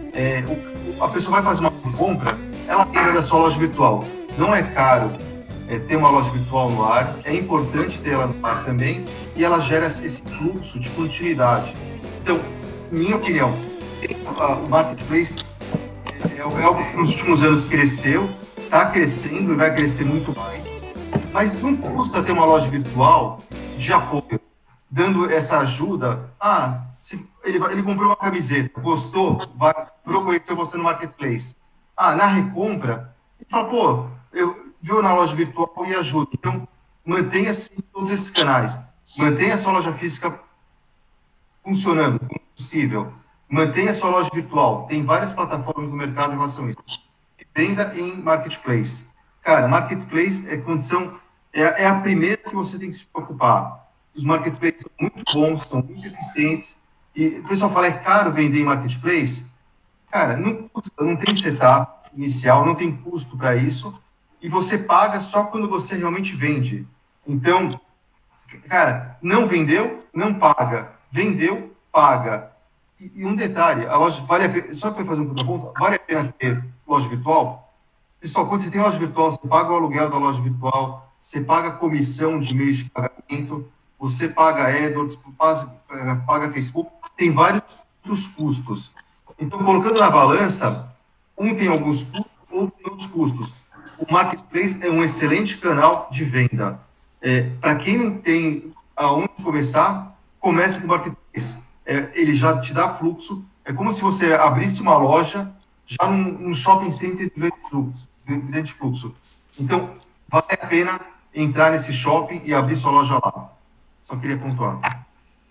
a pessoa vai fazer uma compra, ela lembra da sua loja virtual. Não é caro ter uma loja virtual no ar, é importante ter ela no ar também, e ela gera esse fluxo de continuidade. Então, minha opinião, o marketplace é algo que nos últimos anos cresceu, está crescendo e vai crescer muito mais, mas não custa ter uma loja virtual de apoio, dando essa ajuda. Se ele comprou uma camiseta, gostou, conheceu você no marketplace. Na recompra, ele fala, viu na loja virtual e ajuda. Então, mantenha assim, todos esses canais. Mantenha a sua loja física funcionando como possível. Mantenha a sua loja virtual. Tem várias plataformas no mercado em relação a isso. Venda em marketplace. Cara, marketplace é condição, é a primeira que você tem que se preocupar. Os marketplaces são muito bons, são muito eficientes. E o pessoal fala, é caro vender em marketplace? Cara, não custa, não tem setup inicial, não tem custo para isso. E você paga só quando você realmente vende. Então, cara, não vendeu, não paga. Vendeu, paga. E um detalhe, a loja vale a pena, só para fazer um contraponto, vale a pena ter loja virtual? Pessoal, quando você tem loja virtual, você paga o aluguel da loja virtual, você paga a comissão de meios de pagamento, você paga AdWords, paga Facebook, tem vários outros custos. Então, colocando na balança, um tem alguns custos, outro tem outros custos. O marketplace é um excelente canal de venda. Para quem não tem aonde começar, comece com o marketplace. Ele já te dá fluxo. É como se você abrisse uma loja já num shopping center de grande fluxo. Então, vale a pena entrar nesse shopping e abrir sua loja lá. Só queria pontuar.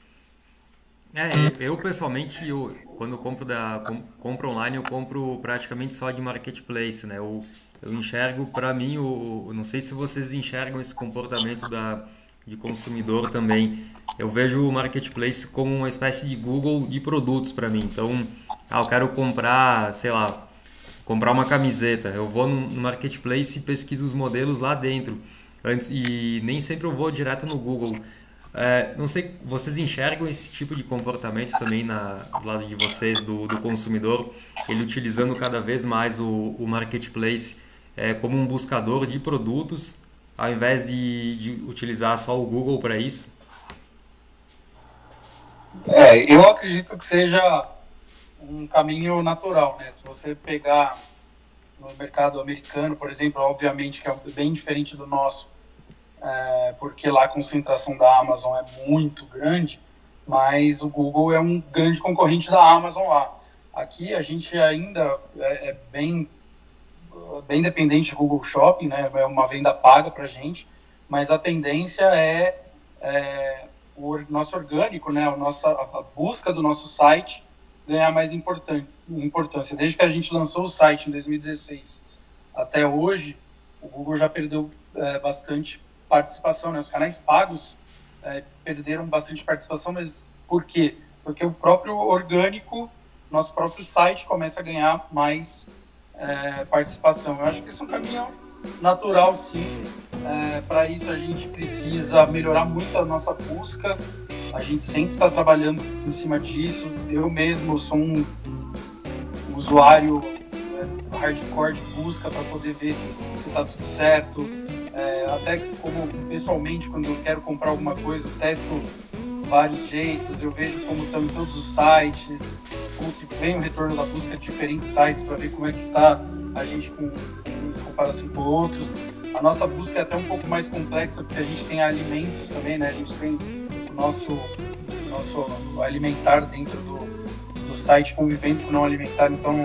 Eu pessoalmente, quando compro online, eu compro praticamente só de marketplace, né? Eu enxergo, para mim, não sei se vocês enxergam esse comportamento de consumidor também. Eu vejo o marketplace como uma espécie de Google de produtos para mim. Então, eu quero comprar, sei lá, comprar uma camiseta. Eu vou no marketplace e pesquiso os modelos lá dentro. E nem sempre eu vou direto no Google. Não sei, vocês enxergam esse tipo de comportamento também do lado de vocês, do consumidor, ele utilizando cada vez mais o marketplace como um buscador de produtos, ao invés de utilizar só o Google para isso? Eu acredito que seja um caminho natural, né? Se você pegar no mercado americano, por exemplo, obviamente que é bem diferente do nosso, porque lá a concentração da Amazon é muito grande, mas o Google é um grande concorrente da Amazon lá. Aqui a gente ainda é bem dependente de Google Shopping, né? É uma venda paga para a gente, mas a tendência é o nosso orgânico, né? A busca do nosso site ganhar mais importância. Desde que a gente lançou o site em 2016 até hoje, o Google já perdeu bastante participação, né? Os canais pagos perderam bastante participação, mas por quê? Porque o próprio orgânico, nosso próprio site, começa a ganhar mais participação. Eu acho que isso é um caminho natural, sim. Para isso a gente precisa melhorar muito a nossa busca. A gente sempre está trabalhando em cima disso. Eu mesmo sou um usuário hardcore de busca para poder ver se está tudo certo. Até como pessoalmente, quando eu quero comprar alguma coisa, eu testo vários jeitos, eu vejo como estão em todos os sites, como que vem o retorno da busca de diferentes sites para ver como é que está a gente em comparação com outros. A nossa busca é até um pouco mais complexa, porque a gente tem alimentos também, né? A gente tem o nosso alimentar dentro do site, convivendo com o não alimentar, então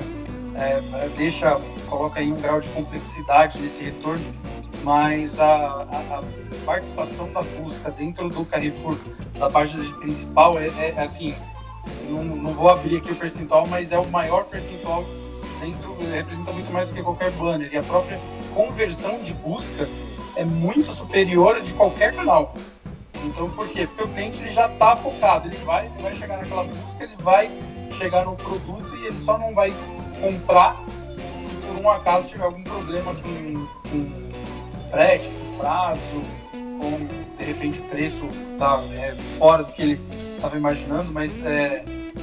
coloca aí um grau de complexidade nesse retorno, mas a participação da busca dentro do Carrefour, da página principal, assim, não vou abrir aqui o percentual, mas é o maior percentual dentro, representa muito mais do que qualquer banner, e a própria conversão de busca é muito superior a de qualquer canal. Então, por quê? Porque o cliente ele já está focado, ele vai chegar naquela busca, ele vai chegar no produto e ele só não vai comprar se por um acaso tiver algum problema com frete, com prazo, com de repente o preço tá fora do que ele estava imaginando, mas é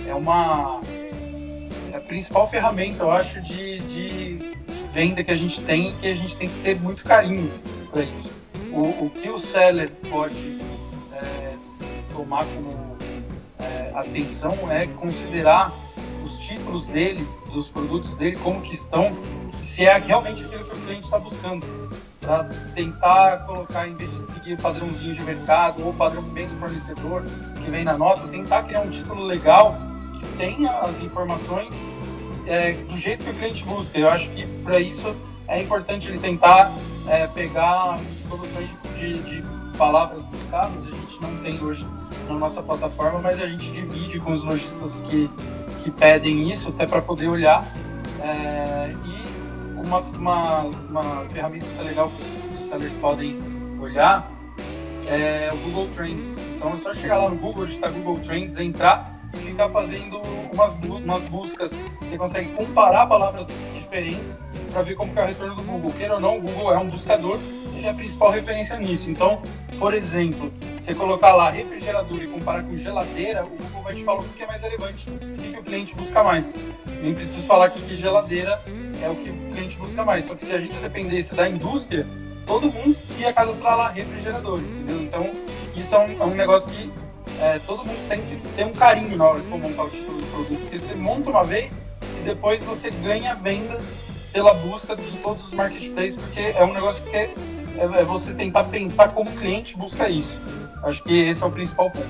a principal ferramenta, eu acho, de venda que a gente tem, que a gente tem que ter muito carinho. para isso. O que o seller pode tomar como atenção é considerar os títulos deles, dos produtos dele, como que estão, se é realmente aquilo que o cliente está buscando, para tentar colocar, em vez de seguir o padrãozinho de mercado ou o padrão que vem do fornecedor, que vem na nota, tentar criar um título legal que tenha as informações do jeito que o cliente busca. Eu acho que para isso é importante ele tentar pegar soluções de palavras buscadas. A gente não tem hoje na nossa plataforma, mas a gente divide com os lojistas que pedem isso, até para poder olhar. E uma ferramenta legal que os sellers podem olhar é o Google Trends. Então é só chegar lá no Google, digitar Google Trends, entrar e ficar fazendo umas buscas. Você consegue comparar palavras diferentes para ver como que é o retorno do Google. Queira ou não, o Google é um buscador, ele é a principal referência nisso. Então, por exemplo, você colocar lá refrigerador e comparar com geladeira, o Google vai te falar o que é mais relevante, o que o cliente busca mais. Nem preciso falar que geladeira é o que o cliente busca mais. Só que se a gente dependesse da indústria, todo mundo ia cadastrar lá refrigerador, entendeu? Então, isso é um negócio que todo mundo tem que ter um carinho na hora que for montar o título do produto. Porque você monta uma vez e depois você ganha venda pela busca de todos os marketplaces, porque é um negócio que é você tentar pensar como o cliente busca isso. Acho que esse é o principal ponto.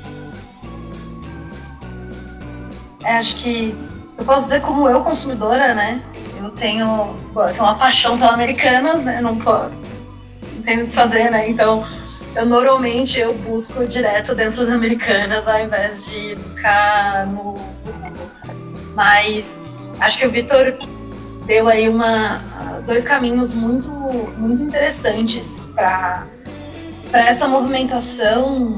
Acho que eu posso dizer como eu, consumidora, né? Eu tenho uma paixão pela Americanas, né? Não tenho o que fazer, né? Então, normalmente eu busco direto dentro das Americanas ao invés de buscar no Google. Mas acho que o Vitor deu aí dois caminhos muito, muito interessantes para essa movimentação,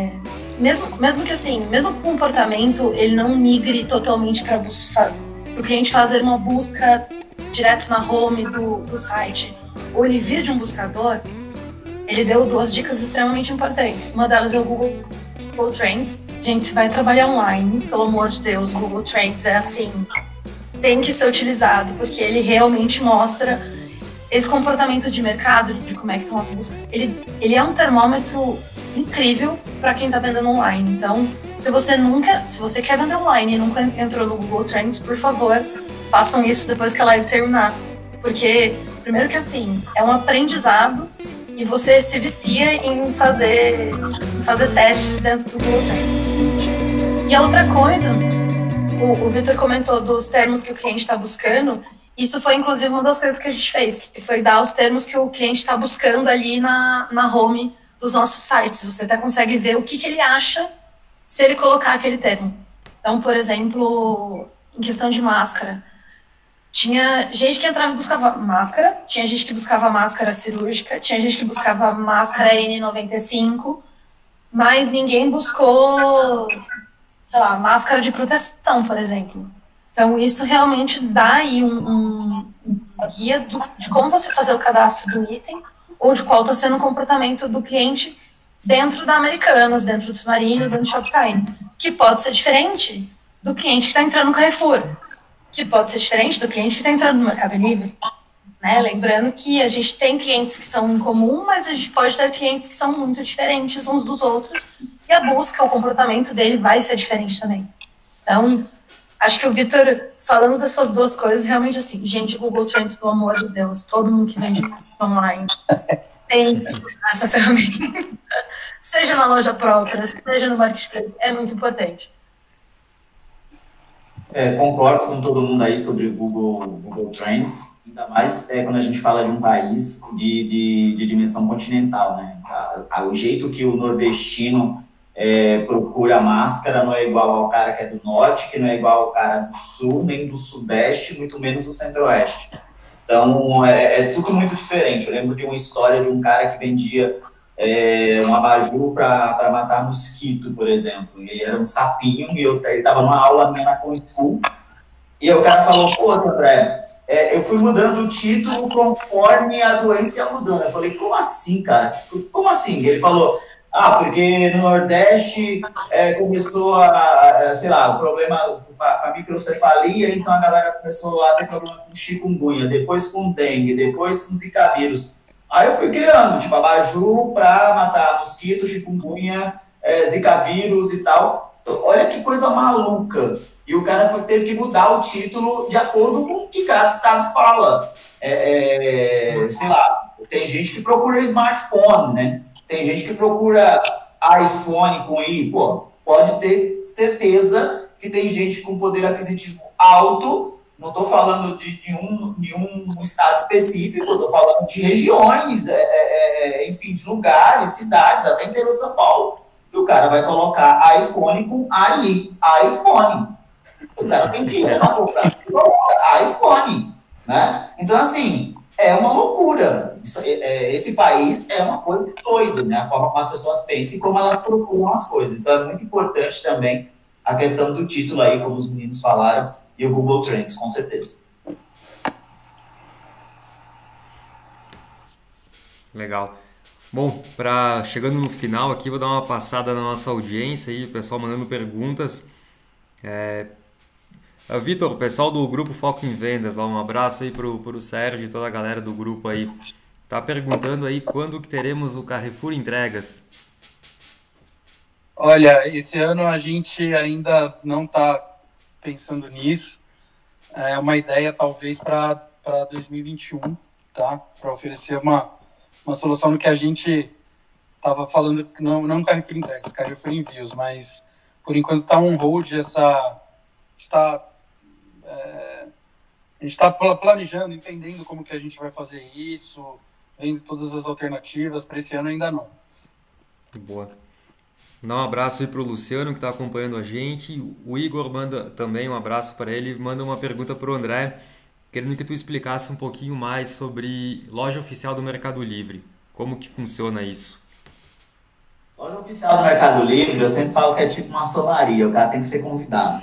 mesmo que assim, mesmo que o comportamento ele não migre totalmente para o cliente fazer uma busca direto na home do site, ou ele vir de um buscador, ele deu duas dicas extremamente importantes. Uma delas é o Google Trends. Gente, se vai trabalhar online, pelo amor de Deus, o Google Trends é assim, tem que ser utilizado, porque ele realmente mostra esse comportamento de mercado, de como é que estão as buscas. Ele é um termômetro incrível para quem está vendendo online. Então, se você quer vender online e nunca entrou no Google Trends, por favor, façam isso depois que a live terminar. Porque, primeiro que assim, é um aprendizado e você se vicia em fazer testes dentro do Google Trends. E a outra coisa, o Vitor comentou dos termos que o cliente está buscando. Isso foi, inclusive, uma das coisas que a gente fez, que foi dar os termos que o cliente está buscando ali na home dos nossos sites. Você até consegue ver o que ele acha se ele colocar aquele termo. Então, por exemplo, em questão de máscara, tinha gente que entrava e buscava máscara, tinha gente que buscava máscara cirúrgica, tinha gente que buscava máscara N95, mas ninguém buscou, sei lá, máscara de proteção, por exemplo. Então, isso realmente dá aí um guia de como você fazer o cadastro do item ou de qual está sendo o comportamento do cliente dentro da Americanas, dentro do Submarino, dentro do Shoptime, que pode ser diferente do cliente que está entrando no Carrefour, que pode ser diferente do cliente que está entrando no Mercado Livre. Né? Lembrando que a gente tem clientes que são em comum, mas a gente pode ter clientes que são muito diferentes uns dos outros e a busca, o comportamento dele vai ser diferente também. Então, acho que o Vitor, falando dessas duas coisas, realmente assim, gente, Google Trends, pelo amor de Deus, todo mundo que vende online tem que usar essa ferramenta. Seja na loja própria, seja no marketplace, é muito importante. Concordo com todo mundo aí sobre o Google Trends, ainda mais quando a gente fala de um país de dimensão continental, né? O jeito que o nordestino procura máscara não é igual ao cara que é do norte, que não é igual ao cara do sul, nem do sudeste, muito menos do centro-oeste. Então, é tudo muito diferente. Eu lembro de uma história de um cara que vendia um abajur para matar mosquito, por exemplo. E era um sapinho, e ele estava numa aula minha na Kung Fu, e o cara falou, pô, André, eu fui mudando o título conforme a doença ia mudando. Eu falei, como assim, cara? Como assim? Ele falou, porque no Nordeste começou sei lá, o problema com a microcefalia, então a galera começou a ter problema com chikungunya, depois com dengue, depois com zika vírus. Aí eu fui criando, tipo, abajur para matar mosquito, chikungunya, zika vírus e tal. Então, olha que coisa maluca. E o cara teve que mudar o título de acordo com o que cada estado fala. Sei lá, tem gente que procura smartphone, né? Tem gente que procura iPhone com i. Pô, pode ter certeza que tem gente com poder aquisitivo alto. Não estou falando de nenhum estado específico, estou falando de regiões, enfim, de lugares, cidades, até interior de São Paulo. E o cara vai colocar iPhone com AI, iPhone. O cara tem dinheiro para comprar iPhone, né? Então, assim, é uma loucura. Esse país é uma coisa doida, né? A forma como as pessoas pensam e como elas procuram as coisas. Então, é muito importante também a questão do título aí, como os meninos falaram, e o Google Trends, com certeza. Legal. Bom, chegando no final aqui, vou dar uma passada na nossa audiência aí, o pessoal mandando perguntas. Vitor, o pessoal do grupo Foco em Vendas, um abraço aí pro Sérgio e toda a galera do grupo aí. Tá perguntando aí quando que teremos o Carrefour Entregas. Olha, esse ano a gente ainda não está pensando nisso. É uma ideia talvez para 2021, tá? Para oferecer uma solução no que a gente estava falando, não Carrefour Entregas, Carrefour Envios, mas por enquanto está on hold a gente está planejando, entendendo como que a gente vai fazer isso, vendo todas as alternativas. Para esse ano ainda não. Boa. Dá um abraço aí pro Luciano que está acompanhando a gente. O Igor manda também um abraço para ele, manda uma pergunta pro André, querendo que tu explicasse um pouquinho mais sobre loja oficial do Mercado Livre. Como que funciona isso? Loja oficial do Mercado Livre, eu sempre falo que é tipo maçonaria, o cara tem que ser convidado.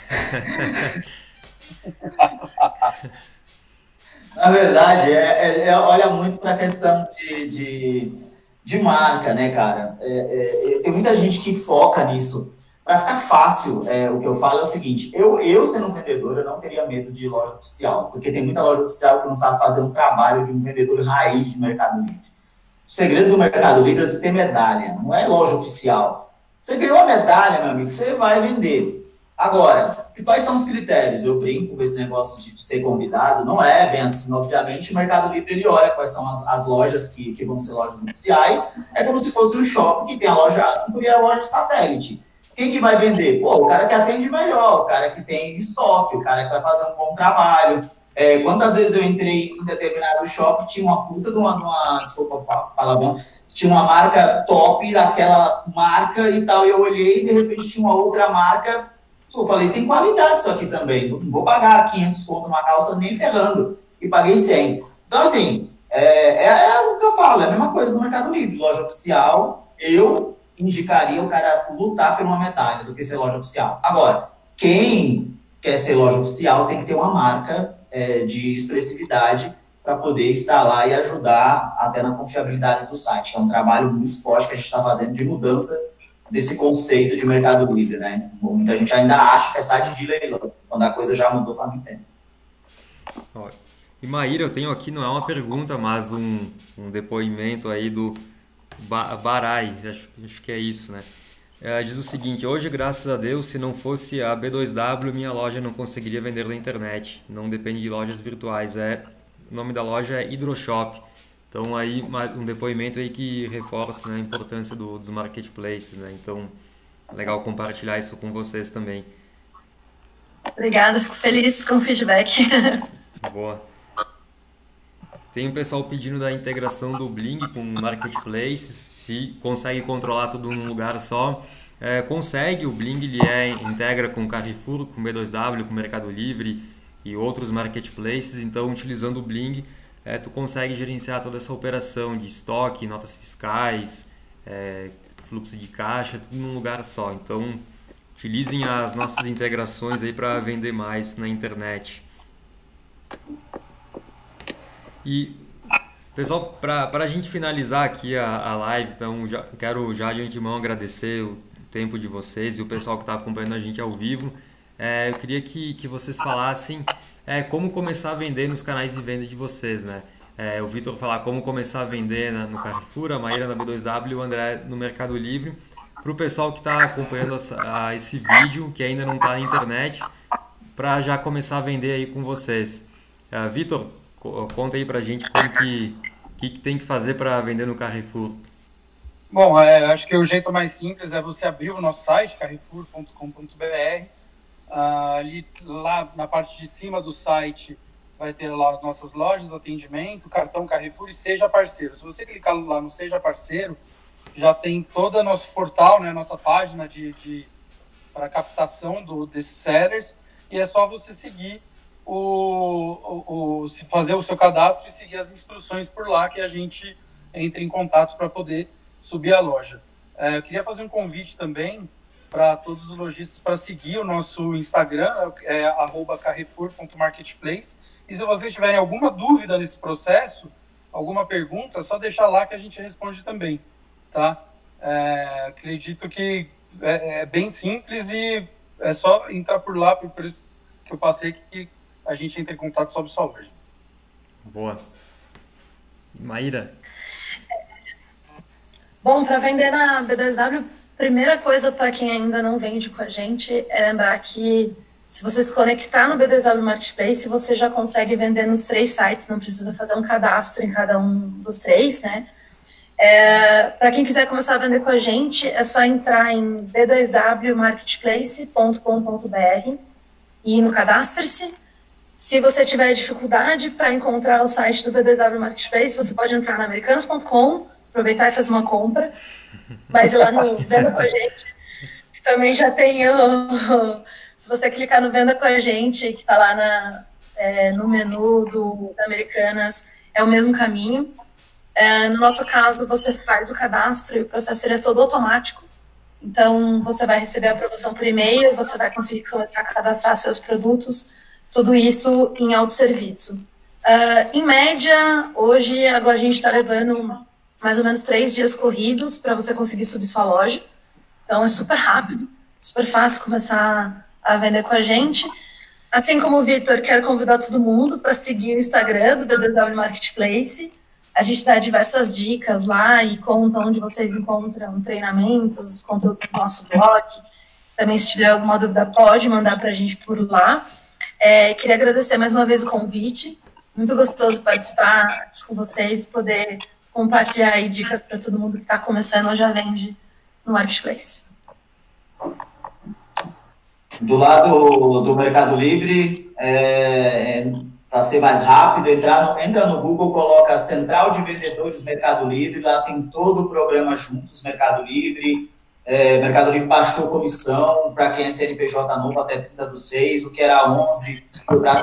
Na verdade, olha muito para a questão de marca, né, cara? Tem muita gente que foca nisso. Para ficar fácil, o que eu falo é o seguinte, eu sendo um vendedor, eu não teria medo de loja oficial, porque tem muita loja oficial que não sabe fazer um trabalho de um vendedor raiz de Mercado Livre. O segredo do Mercado Livre é de ter medalha, não é loja oficial. Você ganhou a medalha, meu amigo, você vai vender. Agora, quais são os critérios? Eu brinco com esse negócio de ser convidado, não é bem assim. Obviamente, o Mercado Livre, ele olha quais são as lojas que vão ser lojas oficiais. É como se fosse um shopping que tem a loja âncora e a loja satélite. Quem que vai vender? Pô, o cara que atende melhor, o cara que tem estoque, o cara que vai fazer um bom trabalho. Quantas vezes eu entrei em determinado shopping, tinha uma puta de uma desculpa palavrão, tinha uma marca top daquela marca e tal, e eu olhei e de repente tinha uma outra marca. Eu falei, tem qualidade isso aqui também, não vou pagar 500 conto numa calça nem ferrando, e paguei 100. Então, assim, o que eu falo, é a mesma coisa no Mercado Livre, loja oficial, eu indicaria o cara lutar por uma medalha do que ser loja oficial. Agora, quem quer ser loja oficial tem que ter uma marca de expressividade para poder estar lá e ajudar até na confiabilidade do site, que é um trabalho muito forte que a gente está fazendo de mudança desse conceito de Mercado Livre, né? Muita gente ainda acha que é site de leilão, quando a coisa já mudou faz muito tempo. E Maíra, eu tenho aqui, não é uma pergunta, mas um depoimento aí do Barai, acho que é isso, né? Diz o seguinte, hoje, graças a Deus, se não fosse a B2W, minha loja não conseguiria vender na internet, não depende de lojas virtuais, o nome da loja é Hidroshop. Então aí um depoimento aí que reforça, né, a importância dos marketplaces, né? Então legal compartilhar isso com vocês também. Obrigada, fico feliz com o feedback. Boa. Tem um pessoal pedindo da integração do Bling com marketplaces, se consegue controlar tudo num lugar só. Consegue, o Bling ele integra com Carrefour, com B2W, com Mercado Livre e outros marketplaces, então utilizando o Bling tu consegue gerenciar toda essa operação de estoque, notas fiscais, fluxo de caixa, tudo num lugar só. Então, utilizem as nossas integrações aí para vender mais na internet. E, pessoal, para a gente finalizar aqui a live, então quero já de antemão agradecer o tempo de vocês e o pessoal que está acompanhando a gente ao vivo. Eu queria que vocês falassem como começar a vender nos canais de venda de vocês, né? o Vitor falar como começar a vender no Carrefour, a Maíra na B2W e o André no Mercado Livre. Para o pessoal que está acompanhando esse vídeo, que ainda não está na internet, para já começar a vender aí com vocês. Vitor, conta aí para a gente como que tem que fazer para vender no Carrefour. Bom, acho que o jeito mais simples é você abrir o nosso site, carrefour.com.br. Ali, lá na parte de cima do site, vai ter lá as nossas lojas, atendimento, cartão Carrefour e Seja Parceiro. Se você clicar lá no Seja Parceiro, já tem todo o nosso portal, né, nossa página para captação desses sellers, e é só você seguir fazer o seu cadastro e seguir as instruções por lá que a gente entre em contato para poder subir a loja. Eu queria fazer um convite também para todos os lojistas para seguir o nosso Instagram, @carrefour.marketplace. E se vocês tiverem alguma dúvida nesse processo, alguma pergunta, é só deixar lá que a gente responde também, tá? Acredito que é bem simples e é só entrar por lá, por isso que eu passei, que a gente entra em contato sobre sua loja. Boa. Maíra? Bom, para vender na B2W, primeira coisa para quem ainda não vende com a gente é lembrar que se você se conectar no B2W Marketplace, você já consegue vender nos 3 sites, não precisa fazer um cadastro em cada um dos 3, né? Para quem quiser começar a vender com a gente, é só entrar em b2wmarketplace.com.br e no cadastre-se. Se você tiver dificuldade para encontrar o site do B2W Marketplace, você pode entrar na americanos.com, aproveitar e fazer uma compra, mas lá no Venda com a gente, que também já tem se você clicar no Venda com a gente, que está lá no menu da Americanas, é o mesmo caminho. No nosso caso, você faz o cadastro e o processo é todo automático. Então, você vai receber a aprovação por e-mail, você vai conseguir começar a cadastrar seus produtos, tudo isso em autosserviço. Em média, hoje, agora a gente está levando mais ou menos 3 dias corridos para você conseguir subir sua loja. Então, é super rápido, super fácil começar a vender com a gente. Assim como o Vitor, quero convidar todo mundo para seguir o Instagram do B2W Marketplace. A gente dá diversas dicas lá e conta onde vocês encontram treinamentos, conteúdos do nosso blog. Também, se tiver alguma dúvida, pode mandar para a gente por lá. Queria agradecer mais uma vez o convite. Muito gostoso participar aqui com vocês e poder compartilhar aí dicas para todo mundo que está começando ou já vende no Marketplace. Do lado do Mercado Livre, para ser mais rápido, entra no Google, coloca Central de Vendedores Mercado Livre, lá tem todo o programa juntos, Mercado Livre. Mercado Livre baixou comissão para quem é CNPJ novo até 30/6, o que era 11 foi para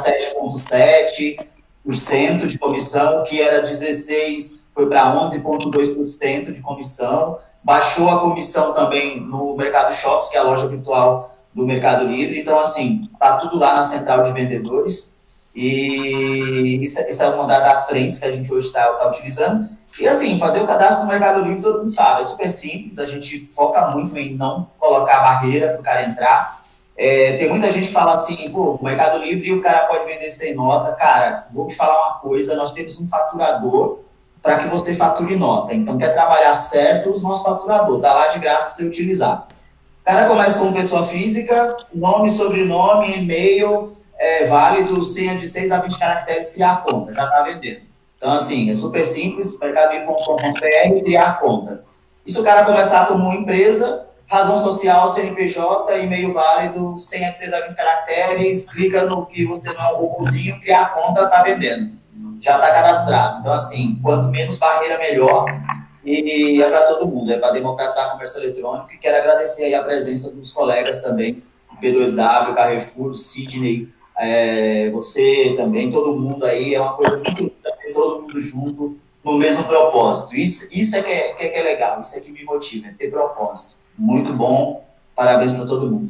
7,7% de comissão, o que era 16 foi para 11,2% de comissão. Baixou a comissão também no Mercado Shops, que é a loja virtual do Mercado Livre. Então, assim, tá tudo lá na Central de Vendedores. E isso é uma das frentes que a gente hoje está utilizando. E, assim, fazer o cadastro no Mercado Livre, todo mundo sabe, é super simples. A gente foca muito em não colocar barreira para o cara entrar. Tem muita gente que fala assim, pô, o Mercado Livre o cara pode vender sem nota. Cara, vou te falar uma coisa, nós temos um faturador para que você fature nota. Então, quer trabalhar certo, usa o nosso faturador. Tá lá de graça para você utilizar. O cara começa como pessoa física, nome, sobrenome, e-mail, válido, senha de 6 a 20 caracteres, criar a conta, já está vendendo. Então, assim, é super simples, mercadolivre.com.br, criar a conta. E se o cara começar como uma empresa, razão social, CNPJ, e-mail válido, senha de 6 a 20 caracteres, clica no que você não é um robôzinho, criar a conta, está vendendo. Já está cadastrado. Então, assim, quanto menos barreira, melhor. E é para todo mundo, é para democratizar a comércio eletrônico. E quero agradecer aí a presença dos colegas também, B2W, Carrefour, Sidney, você também, todo mundo aí. É uma coisa muito linda, todo mundo junto no mesmo propósito. Isso é que é legal, isso é que me motiva, é ter propósito. Muito bom, parabéns para todo mundo.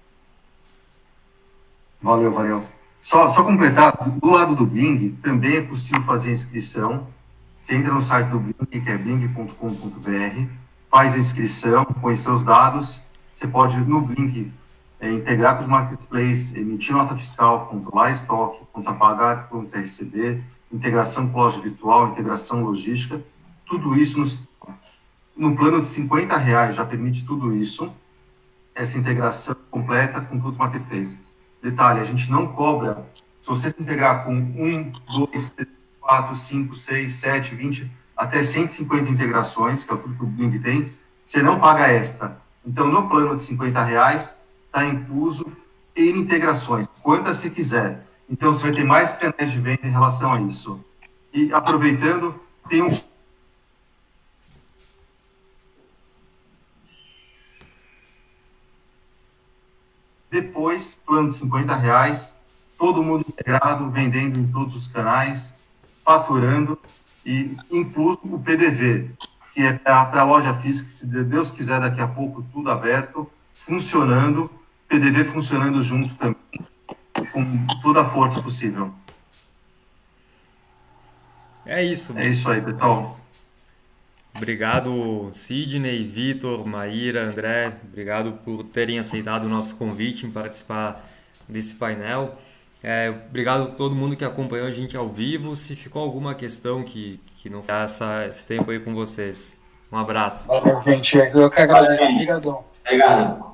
Valeu. Só completar, do lado do Bling, também é possível fazer inscrição. Você entra no site do Bling, que é bling.com.br, faz a inscrição, põe seus dados. Você pode, no Bling, integrar com os marketplaces, emitir nota fiscal, controlar estoque, contas a pagar, contas a receber, integração com loja virtual, integração logística, tudo isso no plano de R$50 já permite tudo isso, essa integração completa com todos os marketplaces. Detalhe, a gente não cobra, se você se integrar com 1, 2, 3, 4, 5, 6, 7, 20, até 150 integrações, que é tudo que o Bling tem, você não paga extra. Então, no plano de R$50, está incluso N integrações, quantas você quiser. Então, você vai ter mais canais de venda em relação a isso. E, aproveitando, tem um... Depois, plano de R$50, todo mundo integrado, vendendo em todos os canais, faturando, e incluso o PDV, que é para a loja física, se Deus quiser, daqui a pouco, tudo aberto, funcionando, PDV funcionando junto também, com toda a força possível. É isso. É isso aí, pessoal. É isso. Obrigado, Sidney, Vitor, Maíra, André. Obrigado por terem aceitado o nosso convite em participar desse painel. Obrigado a todo mundo que acompanhou a gente ao vivo. Se ficou alguma questão que não foi esse tempo aí com vocês. Um abraço. Valeu, gente. Eu que agradeço. Obrigadão. Obrigado.